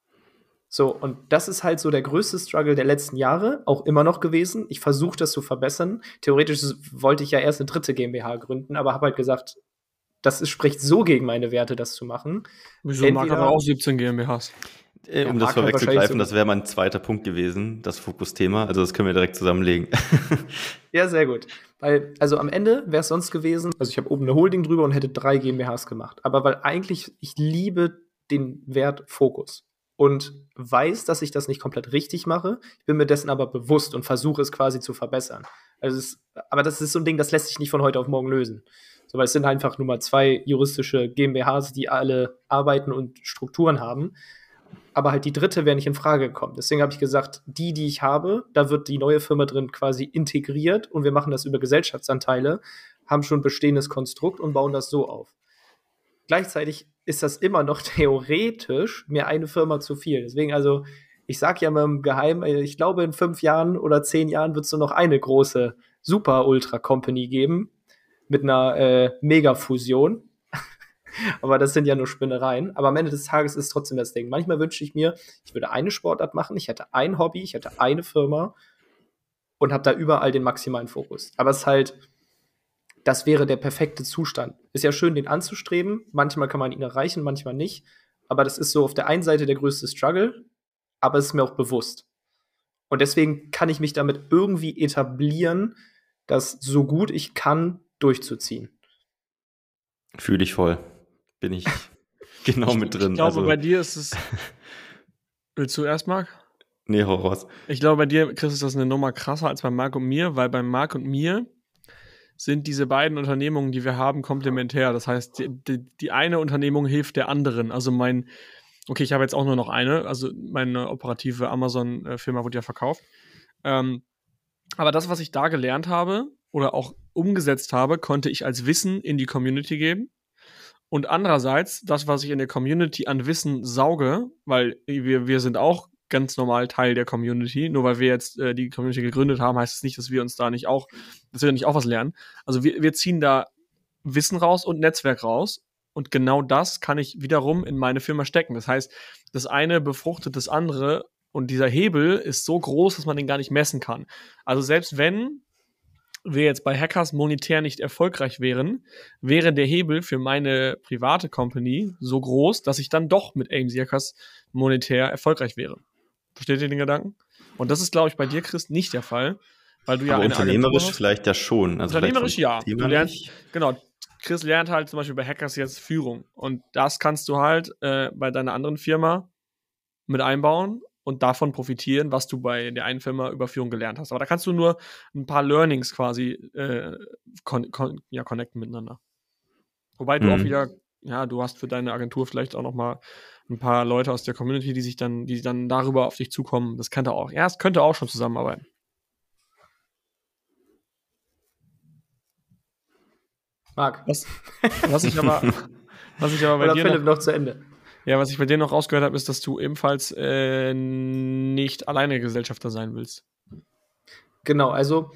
So, und das ist halt so der größte Struggle der letzten Jahre, auch immer noch gewesen. Ich versuche das zu verbessern. Theoretisch wollte ich ja erst eine dritte GmbH gründen, aber habe halt gesagt, das ist, spricht so gegen meine Werte, das zu machen. Wieso? Marc hat Entweder- doch auch siebzehn GmbHs. Äh, Ja, um Marc das hat vorwegzugreifen, wahrscheinlich das wäre mein zweiter Punkt gewesen, das Fokusthema. Also das können wir direkt zusammenlegen. Ja, sehr gut. Weil, also am Ende wäre es sonst gewesen, also ich habe oben eine Holding drüber und hätte drei GmbHs gemacht. Aber weil eigentlich, ich liebe den Wert Fokus und weiß, dass ich das nicht komplett richtig mache. Ich bin mir dessen aber bewusst und versuche es quasi zu verbessern. Also es, aber das ist so ein Ding, das lässt sich nicht von heute auf morgen lösen. So, weil es sind einfach nur mal zwei juristische GmbHs, die alle arbeiten und Strukturen haben. Aber halt die dritte wäre nicht in Frage gekommen. Deswegen habe ich gesagt, die, die ich habe, da wird die neue Firma drin quasi integriert und wir machen das über Gesellschaftsanteile, haben schon ein bestehendes Konstrukt und bauen das so auf. Gleichzeitig ist das immer noch theoretisch mir eine Firma zu viel. Deswegen, also, ich sage ja mal im Geheimen, ich glaube, in fünf Jahren oder zehn Jahren wird es nur noch eine große Super-Ultra-Company geben mit einer äh, Mega-Fusion. Aber das sind ja nur Spinnereien. Aber am Ende des Tages ist trotzdem das Ding. Manchmal wünsche ich mir, ich würde eine Sportart machen, ich hätte ein Hobby, ich hätte eine Firma und habe da überall den maximalen Fokus. Aber es ist halt, das wäre der perfekte Zustand. Ist ja schön, den anzustreben. Manchmal kann man ihn erreichen, manchmal nicht. Aber das ist so auf der einen Seite der größte Struggle, aber es ist mir auch bewusst. Und deswegen kann ich mich damit irgendwie etablieren, das so gut ich kann durchzuziehen. Fühle ich voll. Bin ich genau ich, mit drin. Ich glaube, also, bei dir ist es. Willst du erst, Marc? Nee, hau raus. Ich glaube, bei dir, Chris, ist das eine Nummer krasser als bei Marc und mir, weil bei Marc und mir sind diese beiden Unternehmungen, die wir haben, komplementär. Das heißt, die, die, die eine Unternehmung hilft der anderen. Also mein, okay, ich habe jetzt auch nur noch eine, also meine operative Amazon-Firma wurde ja verkauft. Ähm, aber das, was ich da gelernt habe oder auch umgesetzt habe, konnte ich als Wissen in die Community geben. Und andererseits, das, was ich in der Community an Wissen sauge, weil wir, wir sind auch ganz normal Teil der Community. Nur weil wir jetzt äh, die Community gegründet haben, heißt es das nicht, dass wir uns da nicht auch, dass wir da nicht auch was lernen. Also wir, wir ziehen da Wissen raus und Netzwerk raus. Und genau das kann ich wiederum in meine Firma stecken. Das heißt, das eine befruchtet das andere und dieser Hebel ist so groß, dass man den gar nicht messen kann. Also selbst wenn wir jetzt bei Hackers monetär nicht erfolgreich wären, wäre der Hebel für meine private Company so groß, dass ich dann doch mit A M C Hackers monetär erfolgreich wäre. Versteht ihr den Gedanken? Und das ist, glaube ich, bei dir, Chris, nicht der Fall, weil du ja aber eine unternehmerisch Agentur hast. vielleicht ja schon. Also Unternehmerisch ja. Du lernst, nicht. genau. Chris lernt halt zum Beispiel bei Hackers jetzt Führung. Und das kannst du halt äh, bei deiner anderen Firma mit einbauen und davon profitieren, was du bei der einen Firma über Führung gelernt hast. Aber da kannst du nur ein paar Learnings quasi äh, con- con- ja, connecten miteinander. Wobei du Mhm. auch wieder, ja, du hast für deine Agentur vielleicht auch noch mal ein paar Leute aus der Community, die sich dann, die dann darüber auf dich zukommen. Das könnte auch, ja, es könnte auch schon zusammenarbeiten. Marc. Was, was ich aber, was ich aber bei Oder dir Philipp noch, noch zu Ende. ja, was ich bei dir noch rausgehört habe, ist, dass du ebenfalls äh, nicht alleine Gesellschafter sein willst. Genau, also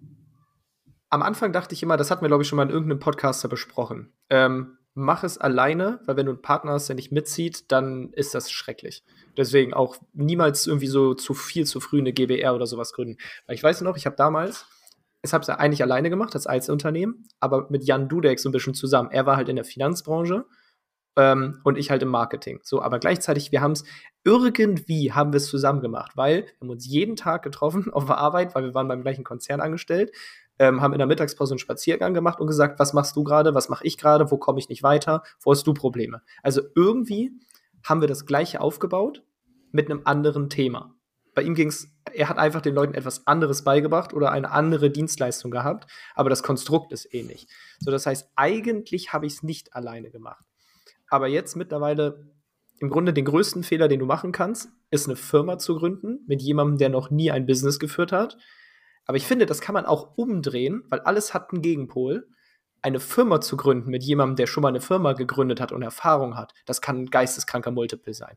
am Anfang dachte ich immer, das hatten wir, glaube ich, schon mal in irgendeinem Podcaster besprochen. Ähm, mach es alleine, weil wenn du einen Partner hast, der nicht mitzieht, dann ist das schrecklich. Deswegen auch niemals irgendwie so zu viel zu früh eine G b R oder sowas gründen. Weil ich weiß noch, ich habe damals, ich habe es eigentlich alleine gemacht, als Einzelunternehmen, aber mit Jan Dudek so ein bisschen zusammen. Er war halt in der Finanzbranche ähm, und ich halt im Marketing. So, aber gleichzeitig, wir haben es irgendwie haben wir es zusammen gemacht, weil wir haben uns jeden Tag getroffen auf der Arbeit, weil wir waren beim gleichen Konzern angestellt. Ähm, haben in der Mittagspause einen Spaziergang gemacht und gesagt, was machst du gerade, was mache ich gerade, wo komme ich nicht weiter, wo hast du Probleme? Also irgendwie haben wir das Gleiche aufgebaut mit einem anderen Thema. Bei ihm ging es, er hat einfach den Leuten etwas anderes beigebracht oder eine andere Dienstleistung gehabt, aber das Konstrukt ist ähnlich. So, das heißt, eigentlich habe ich es nicht alleine gemacht. Aber jetzt mittlerweile, im Grunde den größten Fehler, den du machen kannst, ist eine Firma zu gründen mit jemandem, der noch nie ein Business geführt hat. Aber ich finde, das kann man auch umdrehen, weil alles hat einen Gegenpol. Eine Firma zu gründen mit jemandem, der schon mal eine Firma gegründet hat und Erfahrung hat, das kann ein geisteskranker Multiple sein.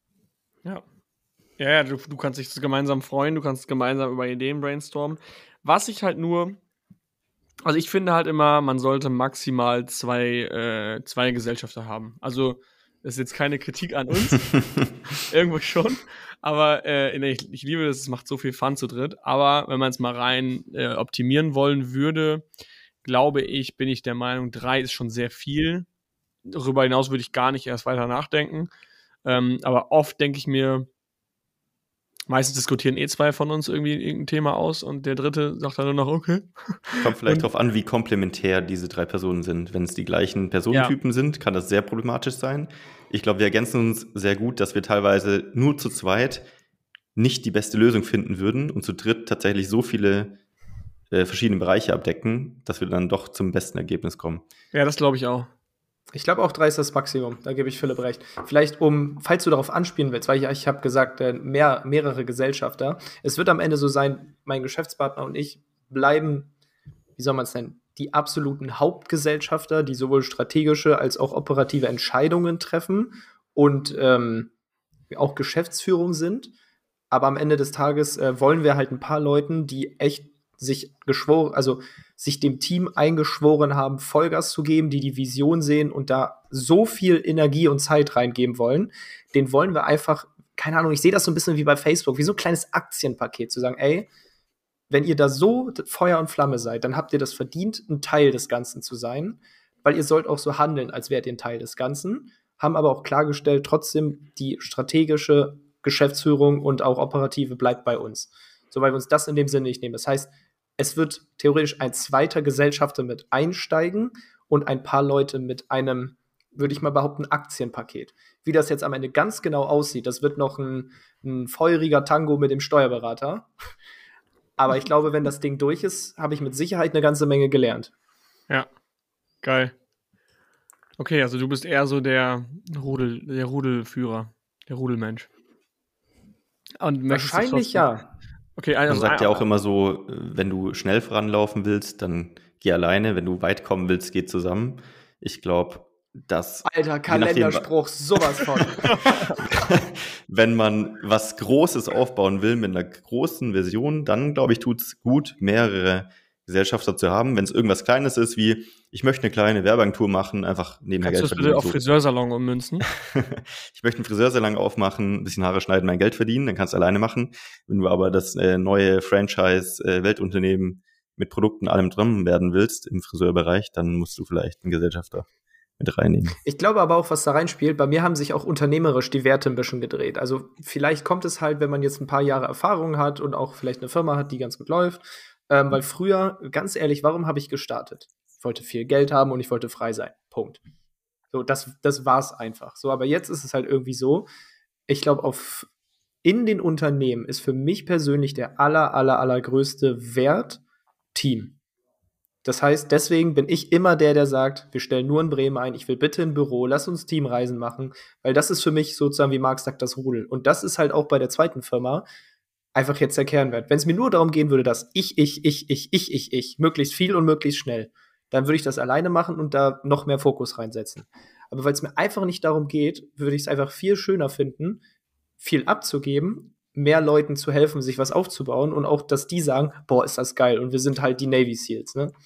Ja. Ja, ja, du, du kannst dich gemeinsam freuen, du kannst gemeinsam über Ideen brainstormen. Was ich halt nur, also ich finde halt immer, man sollte maximal zwei, äh, zwei Gesellschafter haben. Also das ist jetzt keine Kritik an uns, irgendwo schon, aber äh, ich, ich liebe das, es macht so viel Fun zu dritt, aber wenn man es mal rein äh, optimieren wollen würde, glaube ich, bin ich der Meinung, drei ist schon sehr viel. Darüber hinaus würde ich gar nicht erst weiter nachdenken, ähm, aber oft denke ich mir, meistens diskutieren eh zwei von uns irgendwie irgendein Thema aus und der dritte sagt dann nur noch, okay. Kommt vielleicht Und- darauf an, wie komplementär diese drei Personen sind. Wenn es die gleichen Personentypen sind, kann das sehr problematisch sein. Ich glaube, wir ergänzen uns sehr gut, dass wir teilweise nur zu zweit nicht die beste Lösung finden würden und zu dritt tatsächlich so viele äh, verschiedene Bereiche abdecken, dass wir dann doch zum besten Ergebnis kommen. Ja, das glaube ich auch. Ich glaube auch drei ist das Maximum, da gebe ich Philipp recht. Vielleicht um, falls du darauf anspielen willst, weil ich, ich habe gesagt, äh, mehr, mehrere Gesellschafter. Es wird am Ende so sein, mein Geschäftspartner und ich bleiben, wie soll man es nennen, die absoluten Hauptgesellschafter, die sowohl strategische als auch operative Entscheidungen treffen und ähm, auch Geschäftsführung sind. Aber am Ende des Tages äh, wollen wir halt ein paar Leuten, die echt sich geschworen, also sich dem Team eingeschworen haben, Vollgas zu geben, die die Vision sehen und da so viel Energie und Zeit reingeben wollen, den wollen wir einfach, keine Ahnung, ich sehe das so ein bisschen wie bei Facebook, wie so ein kleines Aktienpaket, zu sagen, ey, wenn ihr da so Feuer und Flamme seid, dann habt ihr das verdient, ein Teil des Ganzen zu sein, weil ihr sollt auch so handeln, als wärt ihr ein Teil des Ganzen, haben aber auch klargestellt, trotzdem die strategische Geschäftsführung und auch operative bleibt bei uns. So, weil wir uns das in dem Sinne nicht nehmen. Das heißt, es wird theoretisch ein zweiter Gesellschafter mit einsteigen und ein paar Leute mit einem, würde ich mal behaupten, Aktienpaket. Wie das jetzt am Ende ganz genau aussieht, das wird noch ein, ein feuriger Tango mit dem Steuerberater. Aber ich glaube, wenn das Ding durch ist, habe ich mit Sicherheit eine ganze Menge gelernt. Ja, geil. Okay, also du bist eher so der Rudel, der Rudelführer, der Rudelmensch. Und wahrscheinlich ja. Okay, also man sagt ja auch immer so, wenn du schnell voranlaufen willst, dann geh alleine. Wenn du weit kommen willst, geh zusammen. Ich glaube, dass... Alter, Kalenderspruch, sowas von. Wenn man was Großes aufbauen will mit einer großen Version, dann, glaube ich, tut es gut, mehrere Gesellschafter zu haben. Wenn es irgendwas Kleines ist, wie ich möchte eine kleine Werbeagentur machen, einfach nebenher Geld verdienen. Kannst du das bitte auf Friseursalon ummünzen? Ich möchte einen Friseursalon aufmachen, ein bisschen Haare schneiden, mein Geld verdienen, dann kannst du alleine machen. Wenn du aber das äh, neue Franchise-Weltunternehmen äh, mit Produkten allem drin werden willst im Friseurbereich, dann musst du vielleicht einen Gesellschafter mit reinnehmen. Ich glaube aber auch, was da reinspielt, bei mir haben sich auch unternehmerisch die Werte ein bisschen gedreht. Also vielleicht kommt es halt, wenn man jetzt ein paar Jahre Erfahrung hat und auch vielleicht eine Firma hat, die ganz gut läuft. Ähm, weil früher, ganz ehrlich, warum habe ich gestartet? Ich wollte viel Geld haben und ich wollte frei sein. Punkt. So, das, das war's einfach. So, aber jetzt ist es halt irgendwie so, ich glaube, auf in den Unternehmen ist für mich persönlich der aller, aller, allergrößte Wert Team. Das heißt, deswegen bin ich immer der, der sagt, wir stellen nur in Bremen ein, ich will bitte ein Büro, lass uns Teamreisen machen, weil das ist für mich sozusagen, wie Marc sagt, das Rudel. Und das ist halt auch bei der zweiten Firma einfach jetzt der Kernwert. Wenn es mir nur darum gehen würde, dass ich, ich, ich, ich, ich, ich, ich, möglichst viel und möglichst schnell, dann würde ich das alleine machen und da noch mehr Fokus reinsetzen. Aber weil es mir einfach nicht darum geht, würde ich es einfach viel schöner finden, viel abzugeben, mehr Leuten zu helfen, sich was aufzubauen und auch, dass die sagen, boah, ist das geil und wir sind halt die Navy Seals, ne?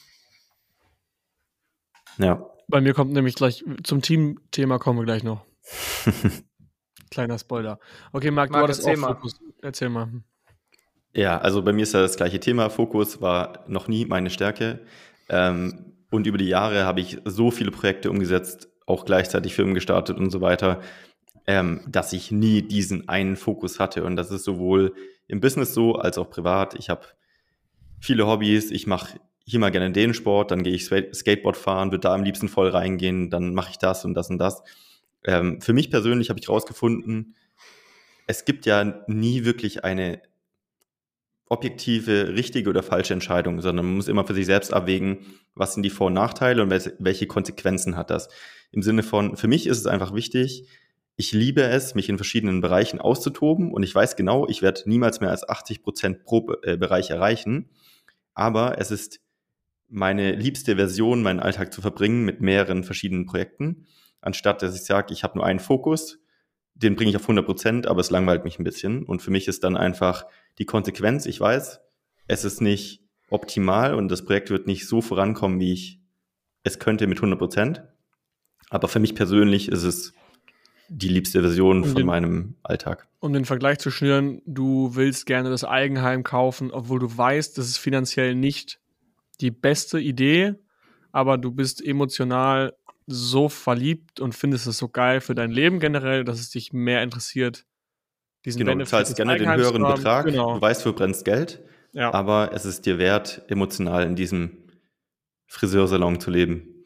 Ja. Bei mir kommt nämlich gleich, zum Team-Thema kommen wir gleich noch. Kleiner Spoiler. Okay, Marc, du hattest auch Fokus. Erzähl mal. Ja, also bei mir ist ja das gleiche Thema. Fokus war noch nie meine Stärke. Ähm, und über die Jahre habe ich so viele Projekte umgesetzt, auch gleichzeitig Firmen gestartet und so weiter, ähm, dass ich nie diesen einen Fokus hatte. Und das ist sowohl im Business so, als auch privat. Ich habe viele Hobbys. Ich mache hier mal gerne den Sport, dann gehe ich Skateboard fahren, würde da am liebsten voll reingehen, dann mache ich das und das und das. Ähm, für mich persönlich habe ich rausgefunden, es gibt ja nie wirklich eine objektive, richtige oder falsche Entscheidung, sondern man muss immer für sich selbst abwägen, was sind die Vor- und Nachteile und welche Konsequenzen hat das. Im Sinne von, für mich ist es einfach wichtig, ich liebe es, mich in verschiedenen Bereichen auszutoben und ich weiß genau, ich werde niemals mehr als achtzig Prozent pro äh, Bereich erreichen, aber es ist meine liebste Version, meinen Alltag zu verbringen mit mehreren verschiedenen Projekten, anstatt dass ich sage, ich habe nur einen Fokus, den bringe ich auf hundert Prozent, aber es langweilt mich ein bisschen. Und für mich ist dann einfach die Konsequenz, ich weiß, es ist nicht optimal und das Projekt wird nicht so vorankommen, wie ich es könnte mit hundert Prozent. Aber für mich persönlich ist es die liebste Version um von den, meinem Alltag. Um den Vergleich zu schnüren, du willst gerne das Eigenheim kaufen, obwohl du weißt, das ist finanziell nicht die beste Idee, aber du bist emotional so verliebt und findest es so geil für dein Leben generell, dass es dich mehr interessiert, diesen genau, Benefit du zahlst gerne den höheren Betrag, genau. Du weißt, du verbrennst Geld, ja. Aber es ist dir wert, emotional in diesem Friseursalon zu leben.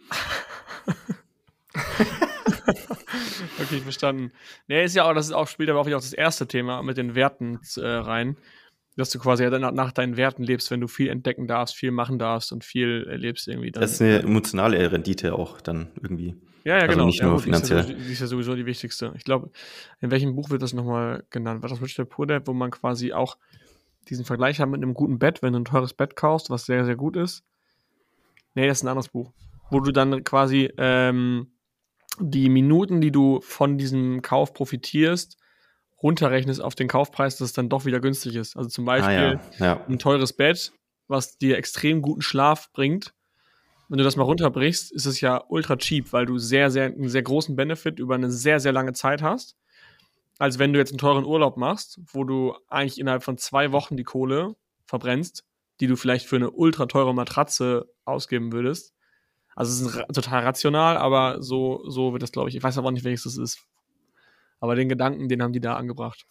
Okay, verstanden. Nee, ist ja auch, das ist auch, spielt aber auch wieder auch das erste Thema mit den Werten äh, rein. Dass du quasi ja nach, nach deinen Werten lebst, wenn du viel entdecken darfst, viel machen darfst und viel erlebst irgendwie. Dann, das ist eine emotionale Rendite auch dann irgendwie. Ja, ja, also genau. Nicht ja, nur gut, finanziell. Die ist, ja sowieso, die ist ja sowieso die wichtigste. Ich glaube, in welchem Buch wird das nochmal genannt? War das Rich Dad Poor Dad, wo man quasi auch diesen Vergleich hat mit einem guten Bett, wenn du ein teures Bett kaufst, was sehr, sehr gut ist. Nee, das ist ein anderes Buch. Wo du dann quasi ähm, die Minuten, die du von diesem Kauf profitierst, runterrechnest auf den Kaufpreis, dass es dann doch wieder günstig ist. Also zum Beispiel ah, ja. Ja. ein teures Bett, was dir extrem guten Schlaf bringt, wenn du das mal runterbrichst, ist es ja ultra cheap, weil du sehr, sehr, einen sehr großen Benefit über eine sehr, sehr lange Zeit hast, als wenn du jetzt einen teuren Urlaub machst, wo du eigentlich innerhalb von zwei Wochen die Kohle verbrennst, die du vielleicht für eine ultra teure Matratze ausgeben würdest. Also es ist ra- total rational, aber so, so wird das, glaube ich, ich weiß aber nicht, welches das ist. Aber den Gedanken, den haben die da angebracht.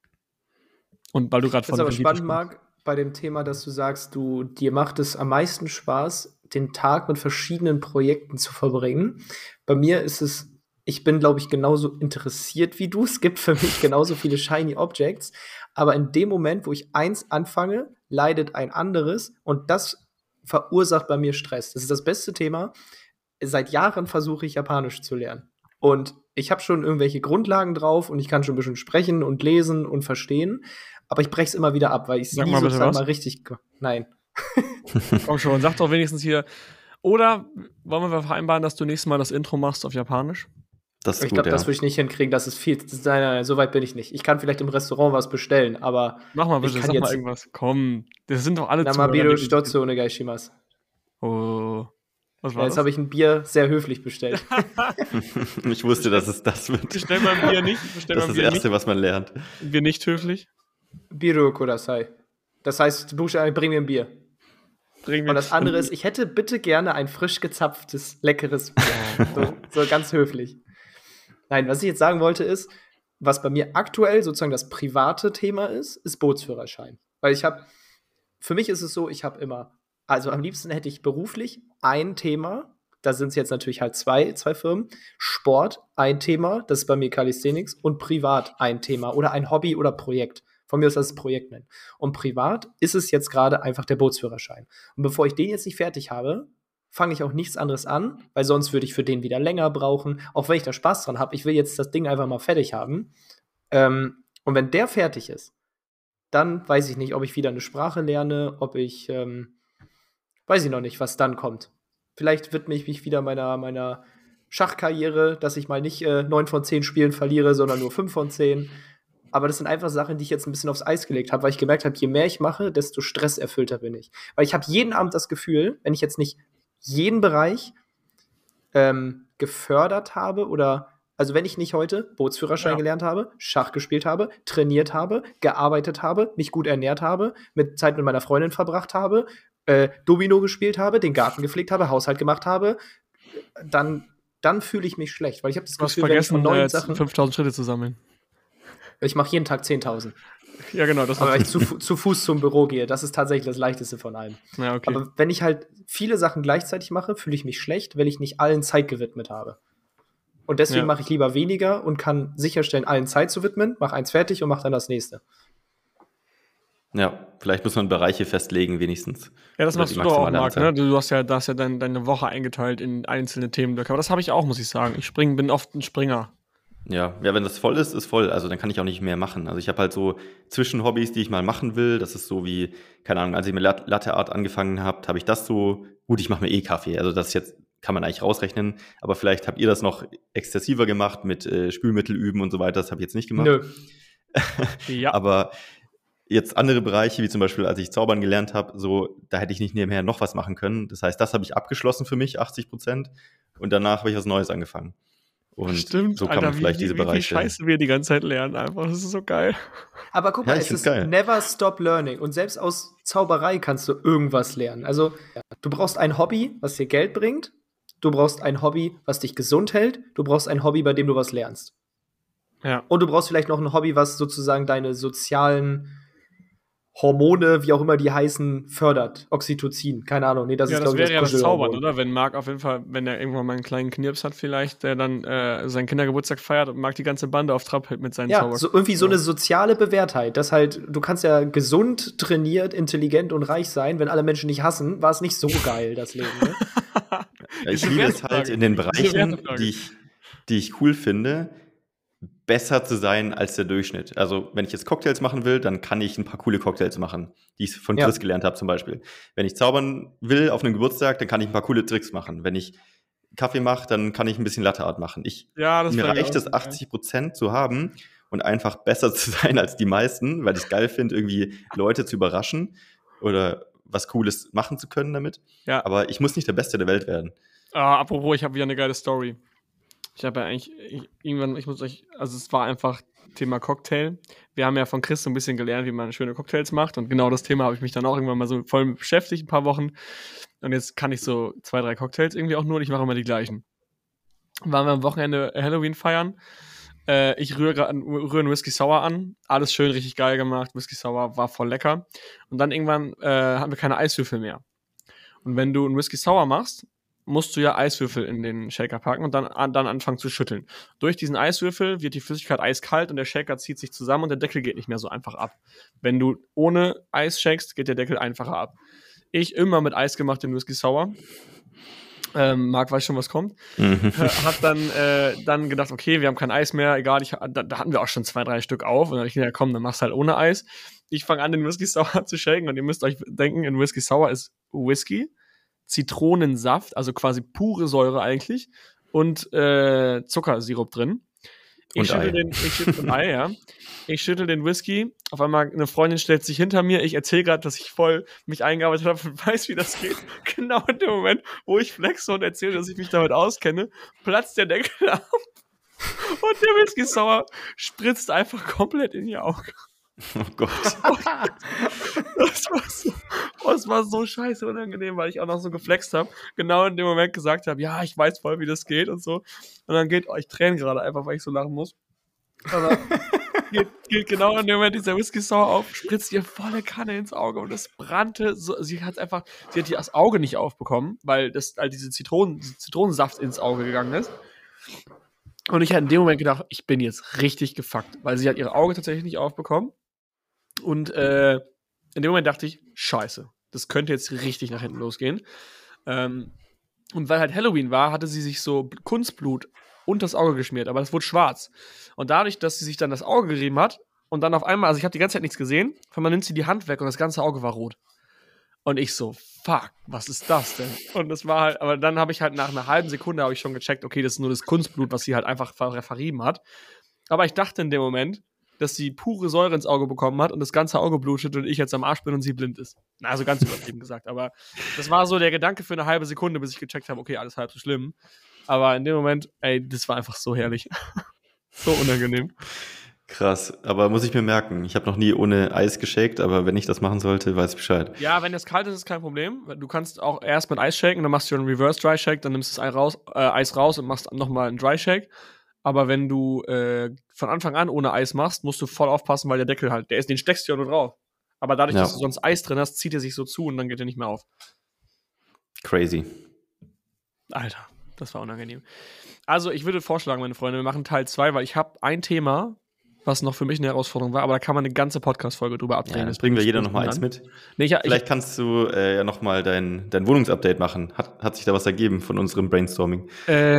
Und weil du gerade Das von ist aber Rendite spannend, sprichst. Marc, bei dem Thema, dass du sagst, du, dir macht es am meisten Spaß, den Tag mit verschiedenen Projekten zu verbringen. Bei mir ist es, ich bin, glaube ich, genauso interessiert wie du. Es gibt für mich genauso viele Shiny Objects. Aber in dem Moment, wo ich eins anfange, leidet ein anderes. Und das verursacht bei mir Stress. Das ist das beste Thema. Seit Jahren versuche ich, Japanisch zu lernen. Und ich habe schon irgendwelche Grundlagen drauf und ich kann schon ein bisschen sprechen und lesen und verstehen. Aber ich breche es immer wieder ab, weil ich es Sag nie mal bitte sozusagen was. mal richtig. ge- Nein. Komm schon, sag doch wenigstens hier. Oder wollen wir vereinbaren, dass du nächstes Mal das Intro machst auf Japanisch? Das ist Ich gut, glaube, ja. das würde ich nicht hinkriegen. Das ist viel. Das, nein, nein, nein, so weit bin ich nicht. Ich kann vielleicht im Restaurant was bestellen, aber Mach mal ich bitte, kann sag mal jetzt. irgendwas. Komm, das sind doch alle Namabiru die- Stotsu onegai shimasu. Oh, was war Ja, jetzt das? habe ich ein Bier sehr höflich bestellt. Ich wusste, dass es das wird. Bestell mal ein Bier nicht. Bestell Das mal ist ein das Bier Erste, nicht. was man lernt. Bier nicht höflich. Biru kudasai. Das heißt, Buchstabe, bring mir ein Bier. Bring mir Und das andere ist, ich hätte bitte gerne ein frisch gezapftes, leckeres Bier. so, so ganz höflich. Nein, was ich jetzt sagen wollte ist, was bei mir aktuell sozusagen das private Thema ist, ist Bootsführerschein. Weil ich habe, für mich ist es so, ich habe immer, also am liebsten hätte ich beruflich ein Thema, da sind es jetzt natürlich halt zwei, zwei Firmen, Sport ein Thema, das ist bei mir Calisthenics, und privat ein Thema oder ein Hobby oder Projekt. Von mir aus das Projekt nennen. Und privat ist es jetzt gerade einfach der Bootsführerschein. Und bevor ich den jetzt nicht fertig habe, fange ich auch nichts anderes an, weil sonst würde ich für den wieder länger brauchen, auch wenn ich da Spaß dran habe. Ich will jetzt das Ding einfach mal fertig haben. Ähm, und wenn der fertig ist, dann weiß ich nicht, ob ich wieder eine Sprache lerne, ob ich, ähm, weiß ich noch nicht, was dann kommt. Vielleicht widme ich mich wieder meiner, meiner Schachkarriere, dass ich mal nicht äh, neun von zehn Spielen verliere, sondern nur fünf von zehn. Aber das sind einfach Sachen, die ich jetzt ein bisschen aufs Eis gelegt habe, weil ich gemerkt habe, je mehr ich mache, desto stresserfüllter bin ich. Weil ich habe jeden Abend das Gefühl, wenn ich jetzt nicht jeden Bereich ähm, gefördert habe oder, also wenn ich nicht heute Bootsführerschein Ja. gelernt habe, Schach gespielt habe, trainiert habe, gearbeitet habe, mich gut ernährt habe, mit Zeit mit meiner Freundin verbracht habe, äh, Domino gespielt habe, den Garten gepflegt habe, Haushalt gemacht habe, dann, dann fühle ich mich schlecht. Weil ich habe das Du hast Gefühl, wenn ich von vergessen, neuen äh, Sachen, fünftausend Schritte zu sammeln. ich mache jeden Tag zehntausend. Ja, genau, das Aber war wenn ich zu, Fu- zu Fuß zum Büro gehe, das ist tatsächlich das Leichteste von allem. Ja, okay. Aber wenn ich halt viele Sachen gleichzeitig mache, fühle ich mich schlecht, weil ich nicht allen Zeit gewidmet habe. Und deswegen Ja. mache ich lieber weniger und kann sicherstellen, allen Zeit zu widmen, mache eins fertig und mache dann das nächste. Ja, vielleicht muss man Bereiche festlegen, wenigstens. Ja, das Oder machst die du doch auch, maximale Marc, Anzahl. ne? Du hast ja, da hast ja dein, deine Woche eingeteilt in einzelne Themenblöcke. Aber das habe ich auch, muss ich sagen. Ich spring, bin oft ein Springer. Ja, ja, wenn das voll ist, ist voll. Also dann kann ich auch nicht mehr machen. Also ich habe halt so Zwischenhobbys, die ich mal machen will. Das ist so wie, keine Ahnung, als ich mit Lat- Latte Art angefangen habe, habe ich das so, gut, ich mache mir eh Kaffee. Also das jetzt kann man eigentlich rausrechnen. Aber vielleicht habt ihr das noch exzessiver gemacht mit äh, Spülmittel üben und so weiter. Das habe ich jetzt nicht gemacht. Nö. Ja. Aber jetzt andere Bereiche, wie zum Beispiel, als ich Zaubern gelernt habe, so, da hätte ich nicht nebenher noch was machen können. Das heißt, das habe ich abgeschlossen für mich, achtzig Prozent. Und danach habe ich was Neues angefangen. Und Stimmt, so kann Alter, man vielleicht wie, diese wie, wie Bereiche. scheiße wir die ganze Zeit lernen einfach. Das ist so geil. Aber guck Ja, mal, ich es find's ist geil. never stop learning. Und selbst aus Zauberei kannst du irgendwas lernen. Also, du brauchst ein Hobby, was dir Geld bringt. Du brauchst ein Hobby, was dich gesund hält. Du brauchst ein Hobby, bei dem du was lernst. Ja. Und du brauchst vielleicht noch ein Hobby, was sozusagen deine sozialen Hormone, wie auch immer die heißen, fördert. Oxytocin, keine Ahnung. Nee, das Ja, ist, das glaube ich, wäre ja das Kuschelhormon. Zaubern, oder? Wenn Marc auf jeden Fall, wenn er irgendwann mal einen kleinen Knirps hat vielleicht, der dann äh, seinen Kindergeburtstag feiert und Marc die ganze Bande auf Trab hält mit seinen Ja, Zauber. so irgendwie so Ja. eine soziale Bewährtheit, dass halt, du kannst ja gesund, trainiert, intelligent und reich sein, wenn alle Menschen dich hassen, war es nicht so geil, das Leben. Ne? Ja, ich Diese liebe es Wertefrage. halt in den Diese Bereichen, Wertefrage. die ich, die ich cool finde, besser zu sein als der Durchschnitt. Also wenn ich jetzt Cocktails machen will, dann kann ich ein paar coole Cocktails machen, die ich von Ja. Chris gelernt habe zum Beispiel. Wenn ich zaubern will auf einem Geburtstag, dann kann ich ein paar coole Tricks machen. Wenn ich Kaffee mache, dann kann ich ein bisschen Latte Art machen. Ich, Ja, das mir fand ich reicht auch es, geil. achtzig Prozent zu haben und einfach besser zu sein als die meisten, weil ich es geil finde, irgendwie Leute zu überraschen oder was Cooles machen zu können damit. Ja. Aber ich muss nicht der Beste der Welt werden. Ah, apropos, ich habe wieder eine geile Story. Ich habe ja eigentlich, ich, irgendwann, ich muss euch, also es war einfach Thema Cocktail. Wir haben ja von Chris so ein bisschen gelernt, wie man schöne Cocktails macht und genau das Thema habe ich mich dann auch irgendwann mal so voll beschäftigt, ein paar Wochen. Und jetzt kann ich so zwei, drei Cocktails irgendwie auch nur und ich mache immer die gleichen. Waren wir am Wochenende Halloween feiern. Äh, ich rühre gerade rühr einen Whisky Sour an. Alles schön, richtig geil gemacht. Whisky Sour war voll lecker. Und dann irgendwann äh, haben wir keine Eiswürfel mehr. Und wenn du einen Whisky Sour machst, musst du ja Eiswürfel in den Shaker packen und dann, an, dann anfangen zu schütteln. Durch diesen Eiswürfel wird die Flüssigkeit eiskalt und der Shaker zieht sich zusammen und der Deckel geht nicht mehr so einfach ab. Wenn du ohne Eis shakest, geht der Deckel einfacher ab. Ich immer mit Eis gemacht den Whisky Sour. Ähm, Marc weiß schon, was kommt. Mhm. Hab dann, äh, dann gedacht, okay, wir haben kein Eis mehr, egal, ich, da, da hatten wir auch schon zwei, drei Stück auf. Und dann hab ich gedacht, ja, komm, dann machst du halt ohne Eis. Ich fange an, den Whisky Sour zu shaken und ihr müsst euch denken, ein Whisky Sour ist Whisky, Zitronensaft, also quasi pure Säure eigentlich und äh, Zuckersirup drin. Ich Und schüttel Ei. den, ich schüttel ein Ei, ja. Ich schüttel den Whisky. Auf einmal eine Freundin stellt sich hinter mir. Ich erzähle gerade, dass ich voll mich eingearbeitet habe und weiß, wie das geht. Genau in dem Moment, wo ich flexe und erzähle, dass ich mich damit auskenne, platzt der Deckel ab und der Whisky Sour spritzt einfach komplett in ihr Auge. Oh Gott. Das war so, das war so scheiße unangenehm, weil ich auch noch so geflext habe. Genau in dem Moment gesagt habe, ja, ich weiß voll, wie das geht und so. Und dann geht, oh, ich träne gerade einfach, weil ich so lachen muss. Aber geht, geht genau in dem Moment dieser Whisky Sour auf, spritzt ihr volle Kanne ins Auge und es brannte so, sie hat einfach, sie hat das Auge nicht aufbekommen, weil das halt diese Zitronen, Zitronensaft ins Auge gegangen ist. Und ich hatte in dem Moment gedacht, ich bin jetzt richtig gefuckt, weil sie hat ihr Auge tatsächlich nicht aufbekommen. Und äh, in dem Moment dachte ich, scheiße, das könnte jetzt richtig nach hinten losgehen. Ähm, und weil halt Halloween war, hatte sie sich so Kunstblut unter das Auge geschmiert, aber das wurde schwarz. Und dadurch, dass sie sich dann das Auge gerieben hat und dann auf einmal, also ich habe die ganze Zeit nichts gesehen, auf einmal nimmt sie die Hand weg und das ganze Auge war rot. Und ich so, fuck, was ist das denn? Und das war halt, aber dann habe ich halt nach einer halben Sekunde habe ich schon gecheckt, okay, das ist nur das Kunstblut, was sie halt einfach ver- verrieben hat. Aber ich dachte in dem Moment, dass sie pure Säure ins Auge bekommen hat und das ganze Auge blutet und ich jetzt am Arsch bin und sie blind ist. Na, also ganz übertrieben gesagt. Aber das war so der Gedanke für eine halbe Sekunde, bis ich gecheckt habe, okay, alles halb so schlimm. Aber in dem Moment, ey, das war einfach so herrlich. So unangenehm. Krass, aber muss ich mir merken. Ich habe noch nie ohne Eis geshakt, aber wenn ich das machen sollte, weiß ich Bescheid. Ja, wenn es kalt ist, ist kein Problem. Du kannst auch erst mit Eis shaken, dann machst du einen Reverse Dry Shake, dann nimmst du das Ei raus, äh, Eis raus und machst nochmal einen Dry Shake. Aber wenn du äh, von Anfang an ohne Eis machst, musst du voll aufpassen, weil der Deckel halt, der ist, den steckst du ja nur drauf. Aber dadurch, Ja. dass du sonst Eis drin hast, zieht er sich so zu und dann geht er nicht mehr auf. Crazy. Alter, das war unangenehm. Also, ich würde vorschlagen, meine Freunde, wir machen Teil zwei, weil ich habe ein Thema, was noch für mich eine Herausforderung war, aber da kann man eine ganze Podcast-Folge drüber Ja, abdrehen. dann Das bringen wir bringt jeder uns nochmal an. eins mit. Nee, ich, Vielleicht ich, kannst du äh, ja nochmal dein, dein Wohnungsupdate machen. Hat, hat sich da was ergeben von unserem Brainstorming?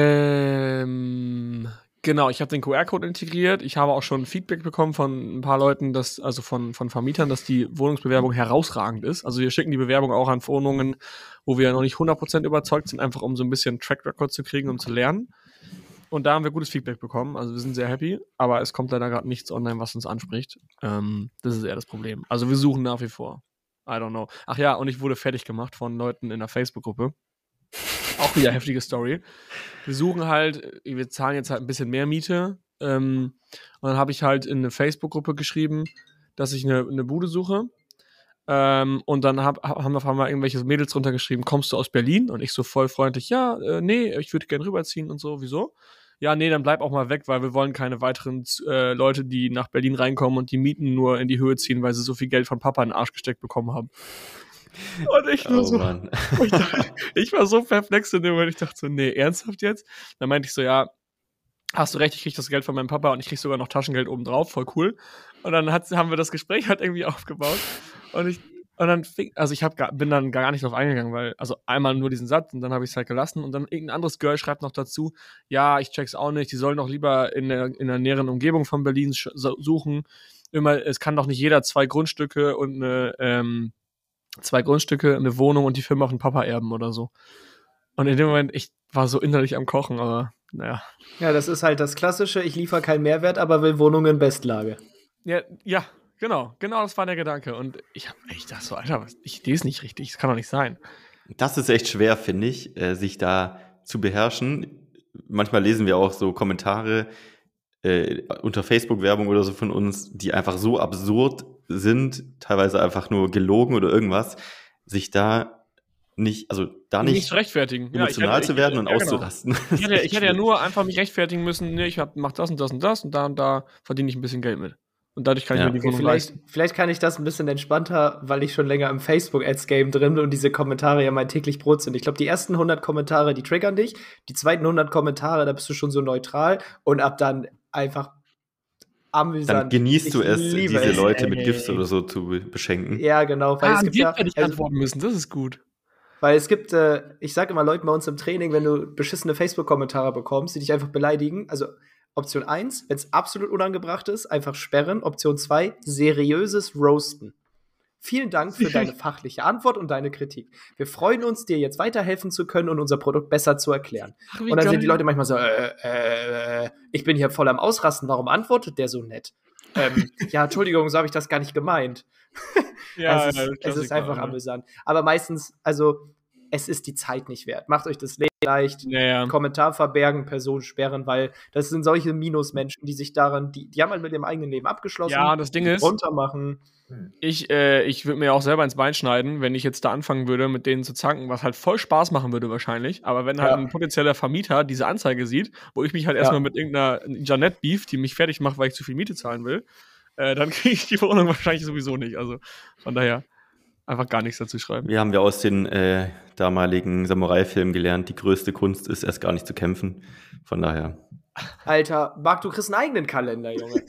ähm, genau, ich habe den Q R-Code integriert. Ich habe auch schon Feedback bekommen von ein paar Leuten, dass, also von, von Vermietern, dass die Wohnungsbewerbung herausragend ist. Also wir schicken die Bewerbung auch an Wohnungen, wo wir noch nicht hundert Prozent überzeugt sind, einfach um so ein bisschen Track Record zu kriegen, um zu lernen. Und da haben wir gutes Feedback bekommen. Also wir sind sehr happy, aber es kommt leider gerade nichts online, was uns anspricht. Ähm, das ist eher das Problem. Also wir suchen nach wie vor. I don't know. Ach ja, und ich wurde fertig gemacht von Leuten in der Facebook-Gruppe. Auch wieder heftige Story. Wir suchen halt, wir zahlen jetzt halt ein bisschen mehr Miete. Ähm, und dann habe ich halt in eine Facebook-Gruppe geschrieben, dass ich eine, eine Bude suche. Ähm, und dann hab, haben wir auf einmal irgendwelche Mädels drunter geschrieben, kommst du aus Berlin? Und ich so voll freundlich, ja, äh, nee, ich würde gerne rüberziehen und so, wieso? Ja, nee, dann bleib auch mal weg, weil wir wollen keine weiteren äh, Leute, die nach Berlin reinkommen und die Mieten nur in die Höhe ziehen, weil sie so viel Geld von Papa in den Arsch gesteckt bekommen haben. Und ich nur Oh, so, Mann. ich, dachte, ich war so perplex in dem Moment, ich dachte so, nee, ernsthaft jetzt? Dann meinte ich so, ja, hast du recht, ich krieg das Geld von meinem Papa und ich krieg sogar noch Taschengeld obendrauf, voll cool. Und dann hat, haben wir das Gespräch halt irgendwie aufgebaut und ich Und dann fing, also ich hab gar, bin dann gar nicht drauf eingegangen, weil, also einmal nur diesen Satz und dann habe ich es halt gelassen und dann irgendein anderes Girl schreibt noch dazu, ja, ich check's auch nicht, die sollen doch lieber in der, in der näheren Umgebung von Berlin sch- suchen. Immer, es kann doch nicht jeder zwei Grundstücke und eine, ähm, zwei Grundstücke, eine Wohnung und die Firma auf den Papa erben oder so. Und in dem Moment, ich war so innerlich am Kochen, aber naja. Ja, das ist halt das Klassische, ich liefere keinen Mehrwert, aber will Wohnungen in Bestlage. Ja, ja, Genau, genau, das war der Gedanke. Und ich hab echt dachte so, Alter, was, ich lese nicht richtig, das kann doch nicht sein. Das ist echt schwer, finde ich, äh, sich da zu beherrschen. Manchmal lesen wir auch so Kommentare äh, unter Facebook-Werbung oder so von uns, die einfach so absurd sind, teilweise einfach nur gelogen oder irgendwas, sich da nicht, also da nicht, nicht zu rechtfertigen. emotional ja, ich hätte, zu werden ich, und ja, auszurasten. Genau. Ich hätte, ich hätte ja nur einfach mich rechtfertigen müssen, nee, ich hab, mach das und das und das und da und da verdiene ich ein bisschen Geld mit. Und dadurch kann Ja. ich mir die Wohnung Okay, vielleicht, leisten. vielleicht kann ich das ein bisschen entspannter, weil ich schon länger im Facebook-Ads-Game drin bin und diese Kommentare ja mein täglich Brot sind. Ich glaube, die ersten hundert Kommentare, die triggern dich. Die zweiten hundert Kommentare, da bist du schon so neutral. Und ab dann einfach amüsant. Dann genießt Ich du es, liebe diese es, Leute ey. mit GIFs oder so zu be- beschenken. Ja, genau. Weil Ah, es an gibt GIF ja, hätte ich also, antworten müssen, das ist gut. weil es gibt, äh, ich sage immer Leuten bei uns im Training, wenn du beschissene Facebook-Kommentare bekommst, die dich einfach beleidigen, also Option eins, wenn es absolut unangebracht ist, einfach sperren. Option zwei, seriöses Roasten. Vielen Dank für deine fachliche Antwort und deine Kritik. Wir freuen uns, dir jetzt weiterhelfen zu können und unser Produkt besser zu erklären. Ach, Und dann geil. sind die Leute manchmal so, äh, äh, äh, ich bin hier voll am Ausrasten, warum antwortet der so nett? ähm, ja, Entschuldigung, so habe ich das gar nicht gemeint. Ja, es, ist, ja, es ist Klassiker, einfach ja. amüsant. Aber meistens, also, es ist die Zeit nicht wert. Macht euch das Leben leicht. Ja, ja. Kommentar verbergen, Person sperren, weil das sind solche Minusmenschen, die sich daran, die, die haben halt mit ihrem eigenen Leben abgeschlossen. Ja, das Ding ist, runtermachen. ich, äh, ich würde mir auch selber ins Bein schneiden, wenn ich jetzt da anfangen würde, mit denen zu zanken, was halt voll Spaß machen würde wahrscheinlich. Aber wenn halt Ja. ein potenzieller Vermieter diese Anzeige sieht, wo ich mich halt Ja. erstmal mit irgendeiner Janette beef, die mich fertig macht, weil ich zu viel Miete zahlen will, äh, dann kriege ich die Wohnung wahrscheinlich sowieso nicht. Also von daher einfach gar nichts dazu schreiben. Wir haben ja aus den äh, damaligen Samurai-Filmen gelernt, die größte Kunst ist, erst gar nicht zu kämpfen. Von daher. Alter, Marc, du kriegst einen eigenen Kalender, Junge.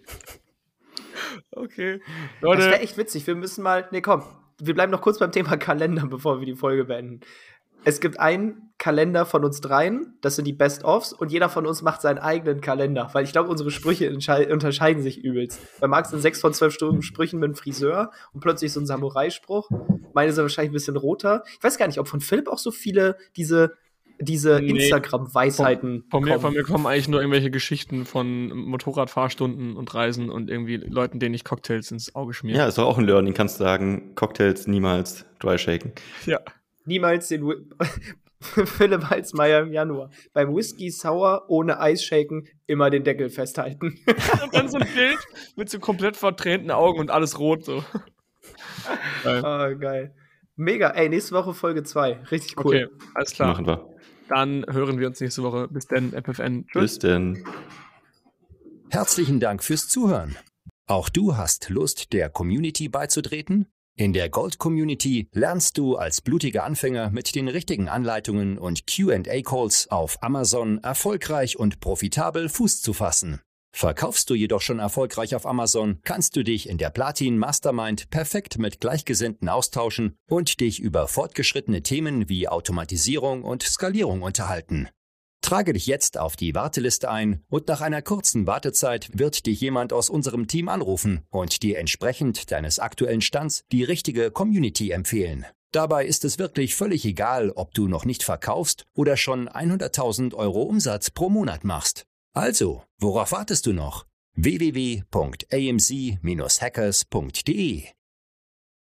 Okay. Das wäre Leute, echt witzig. Wir müssen mal. Nee, komm. Wir bleiben noch kurz beim Thema Kalender, bevor wir die Folge beenden. Es gibt einen Kalender von uns dreien, das sind die Best-ofs, und jeder von uns macht seinen eigenen Kalender, weil ich glaube, unsere Sprüche entschei- unterscheiden sich übelst. Bei Marc sind sechs von zwölf Stunden Sprüchen mit einem Friseur und plötzlich so ein Samurai-Spruch. Meine sind wahrscheinlich ein bisschen roter. Ich weiß gar nicht, ob von Philipp auch so viele diese, diese Nee. Instagram-Weisheiten von mir, kommen. von mir kommen eigentlich nur irgendwelche Geschichten von Motorradfahrstunden und Reisen und irgendwie Leuten, denen ich Cocktails ins Auge schmiere. Ja, ist doch auch ein Learning, kannst du sagen, Cocktails niemals dry shaken. Ja. Niemals den Whi- Philipp Halsmeier im Januar. Beim Whisky Sour ohne Eis shaken immer den Deckel festhalten. Und dann so ein Bild mit so komplett vertränten Augen und alles rot so. Geil. Oh, geil. Mega. Ey, nächste Woche Folge zwei. Richtig cool. Okay, alles klar. Machen wir. Dann hören wir uns nächste Woche. Bis dann, F F N. Tschüss. Bis denn. Herzlichen Dank fürs Zuhören. Auch du hast Lust, der Community beizutreten? In der Gold Community lernst du als blutiger Anfänger mit den richtigen Anleitungen und Q and A-Calls auf Amazon erfolgreich und profitabel Fuß zu fassen. Verkaufst du jedoch schon erfolgreich auf Amazon, kannst du dich in der Platin Mastermind perfekt mit Gleichgesinnten austauschen und dich über fortgeschrittene Themen wie Automatisierung und Skalierung unterhalten. Trage dich jetzt auf die Warteliste ein und nach einer kurzen Wartezeit wird dich jemand aus unserem Team anrufen und dir entsprechend deines aktuellen Stands die richtige Community empfehlen. Dabei ist es wirklich völlig egal, ob du noch nicht verkaufst oder schon hunderttausend Euro Umsatz pro Monat machst. Also, worauf wartest du noch? w w w punkt a m c dash hackers punkt d e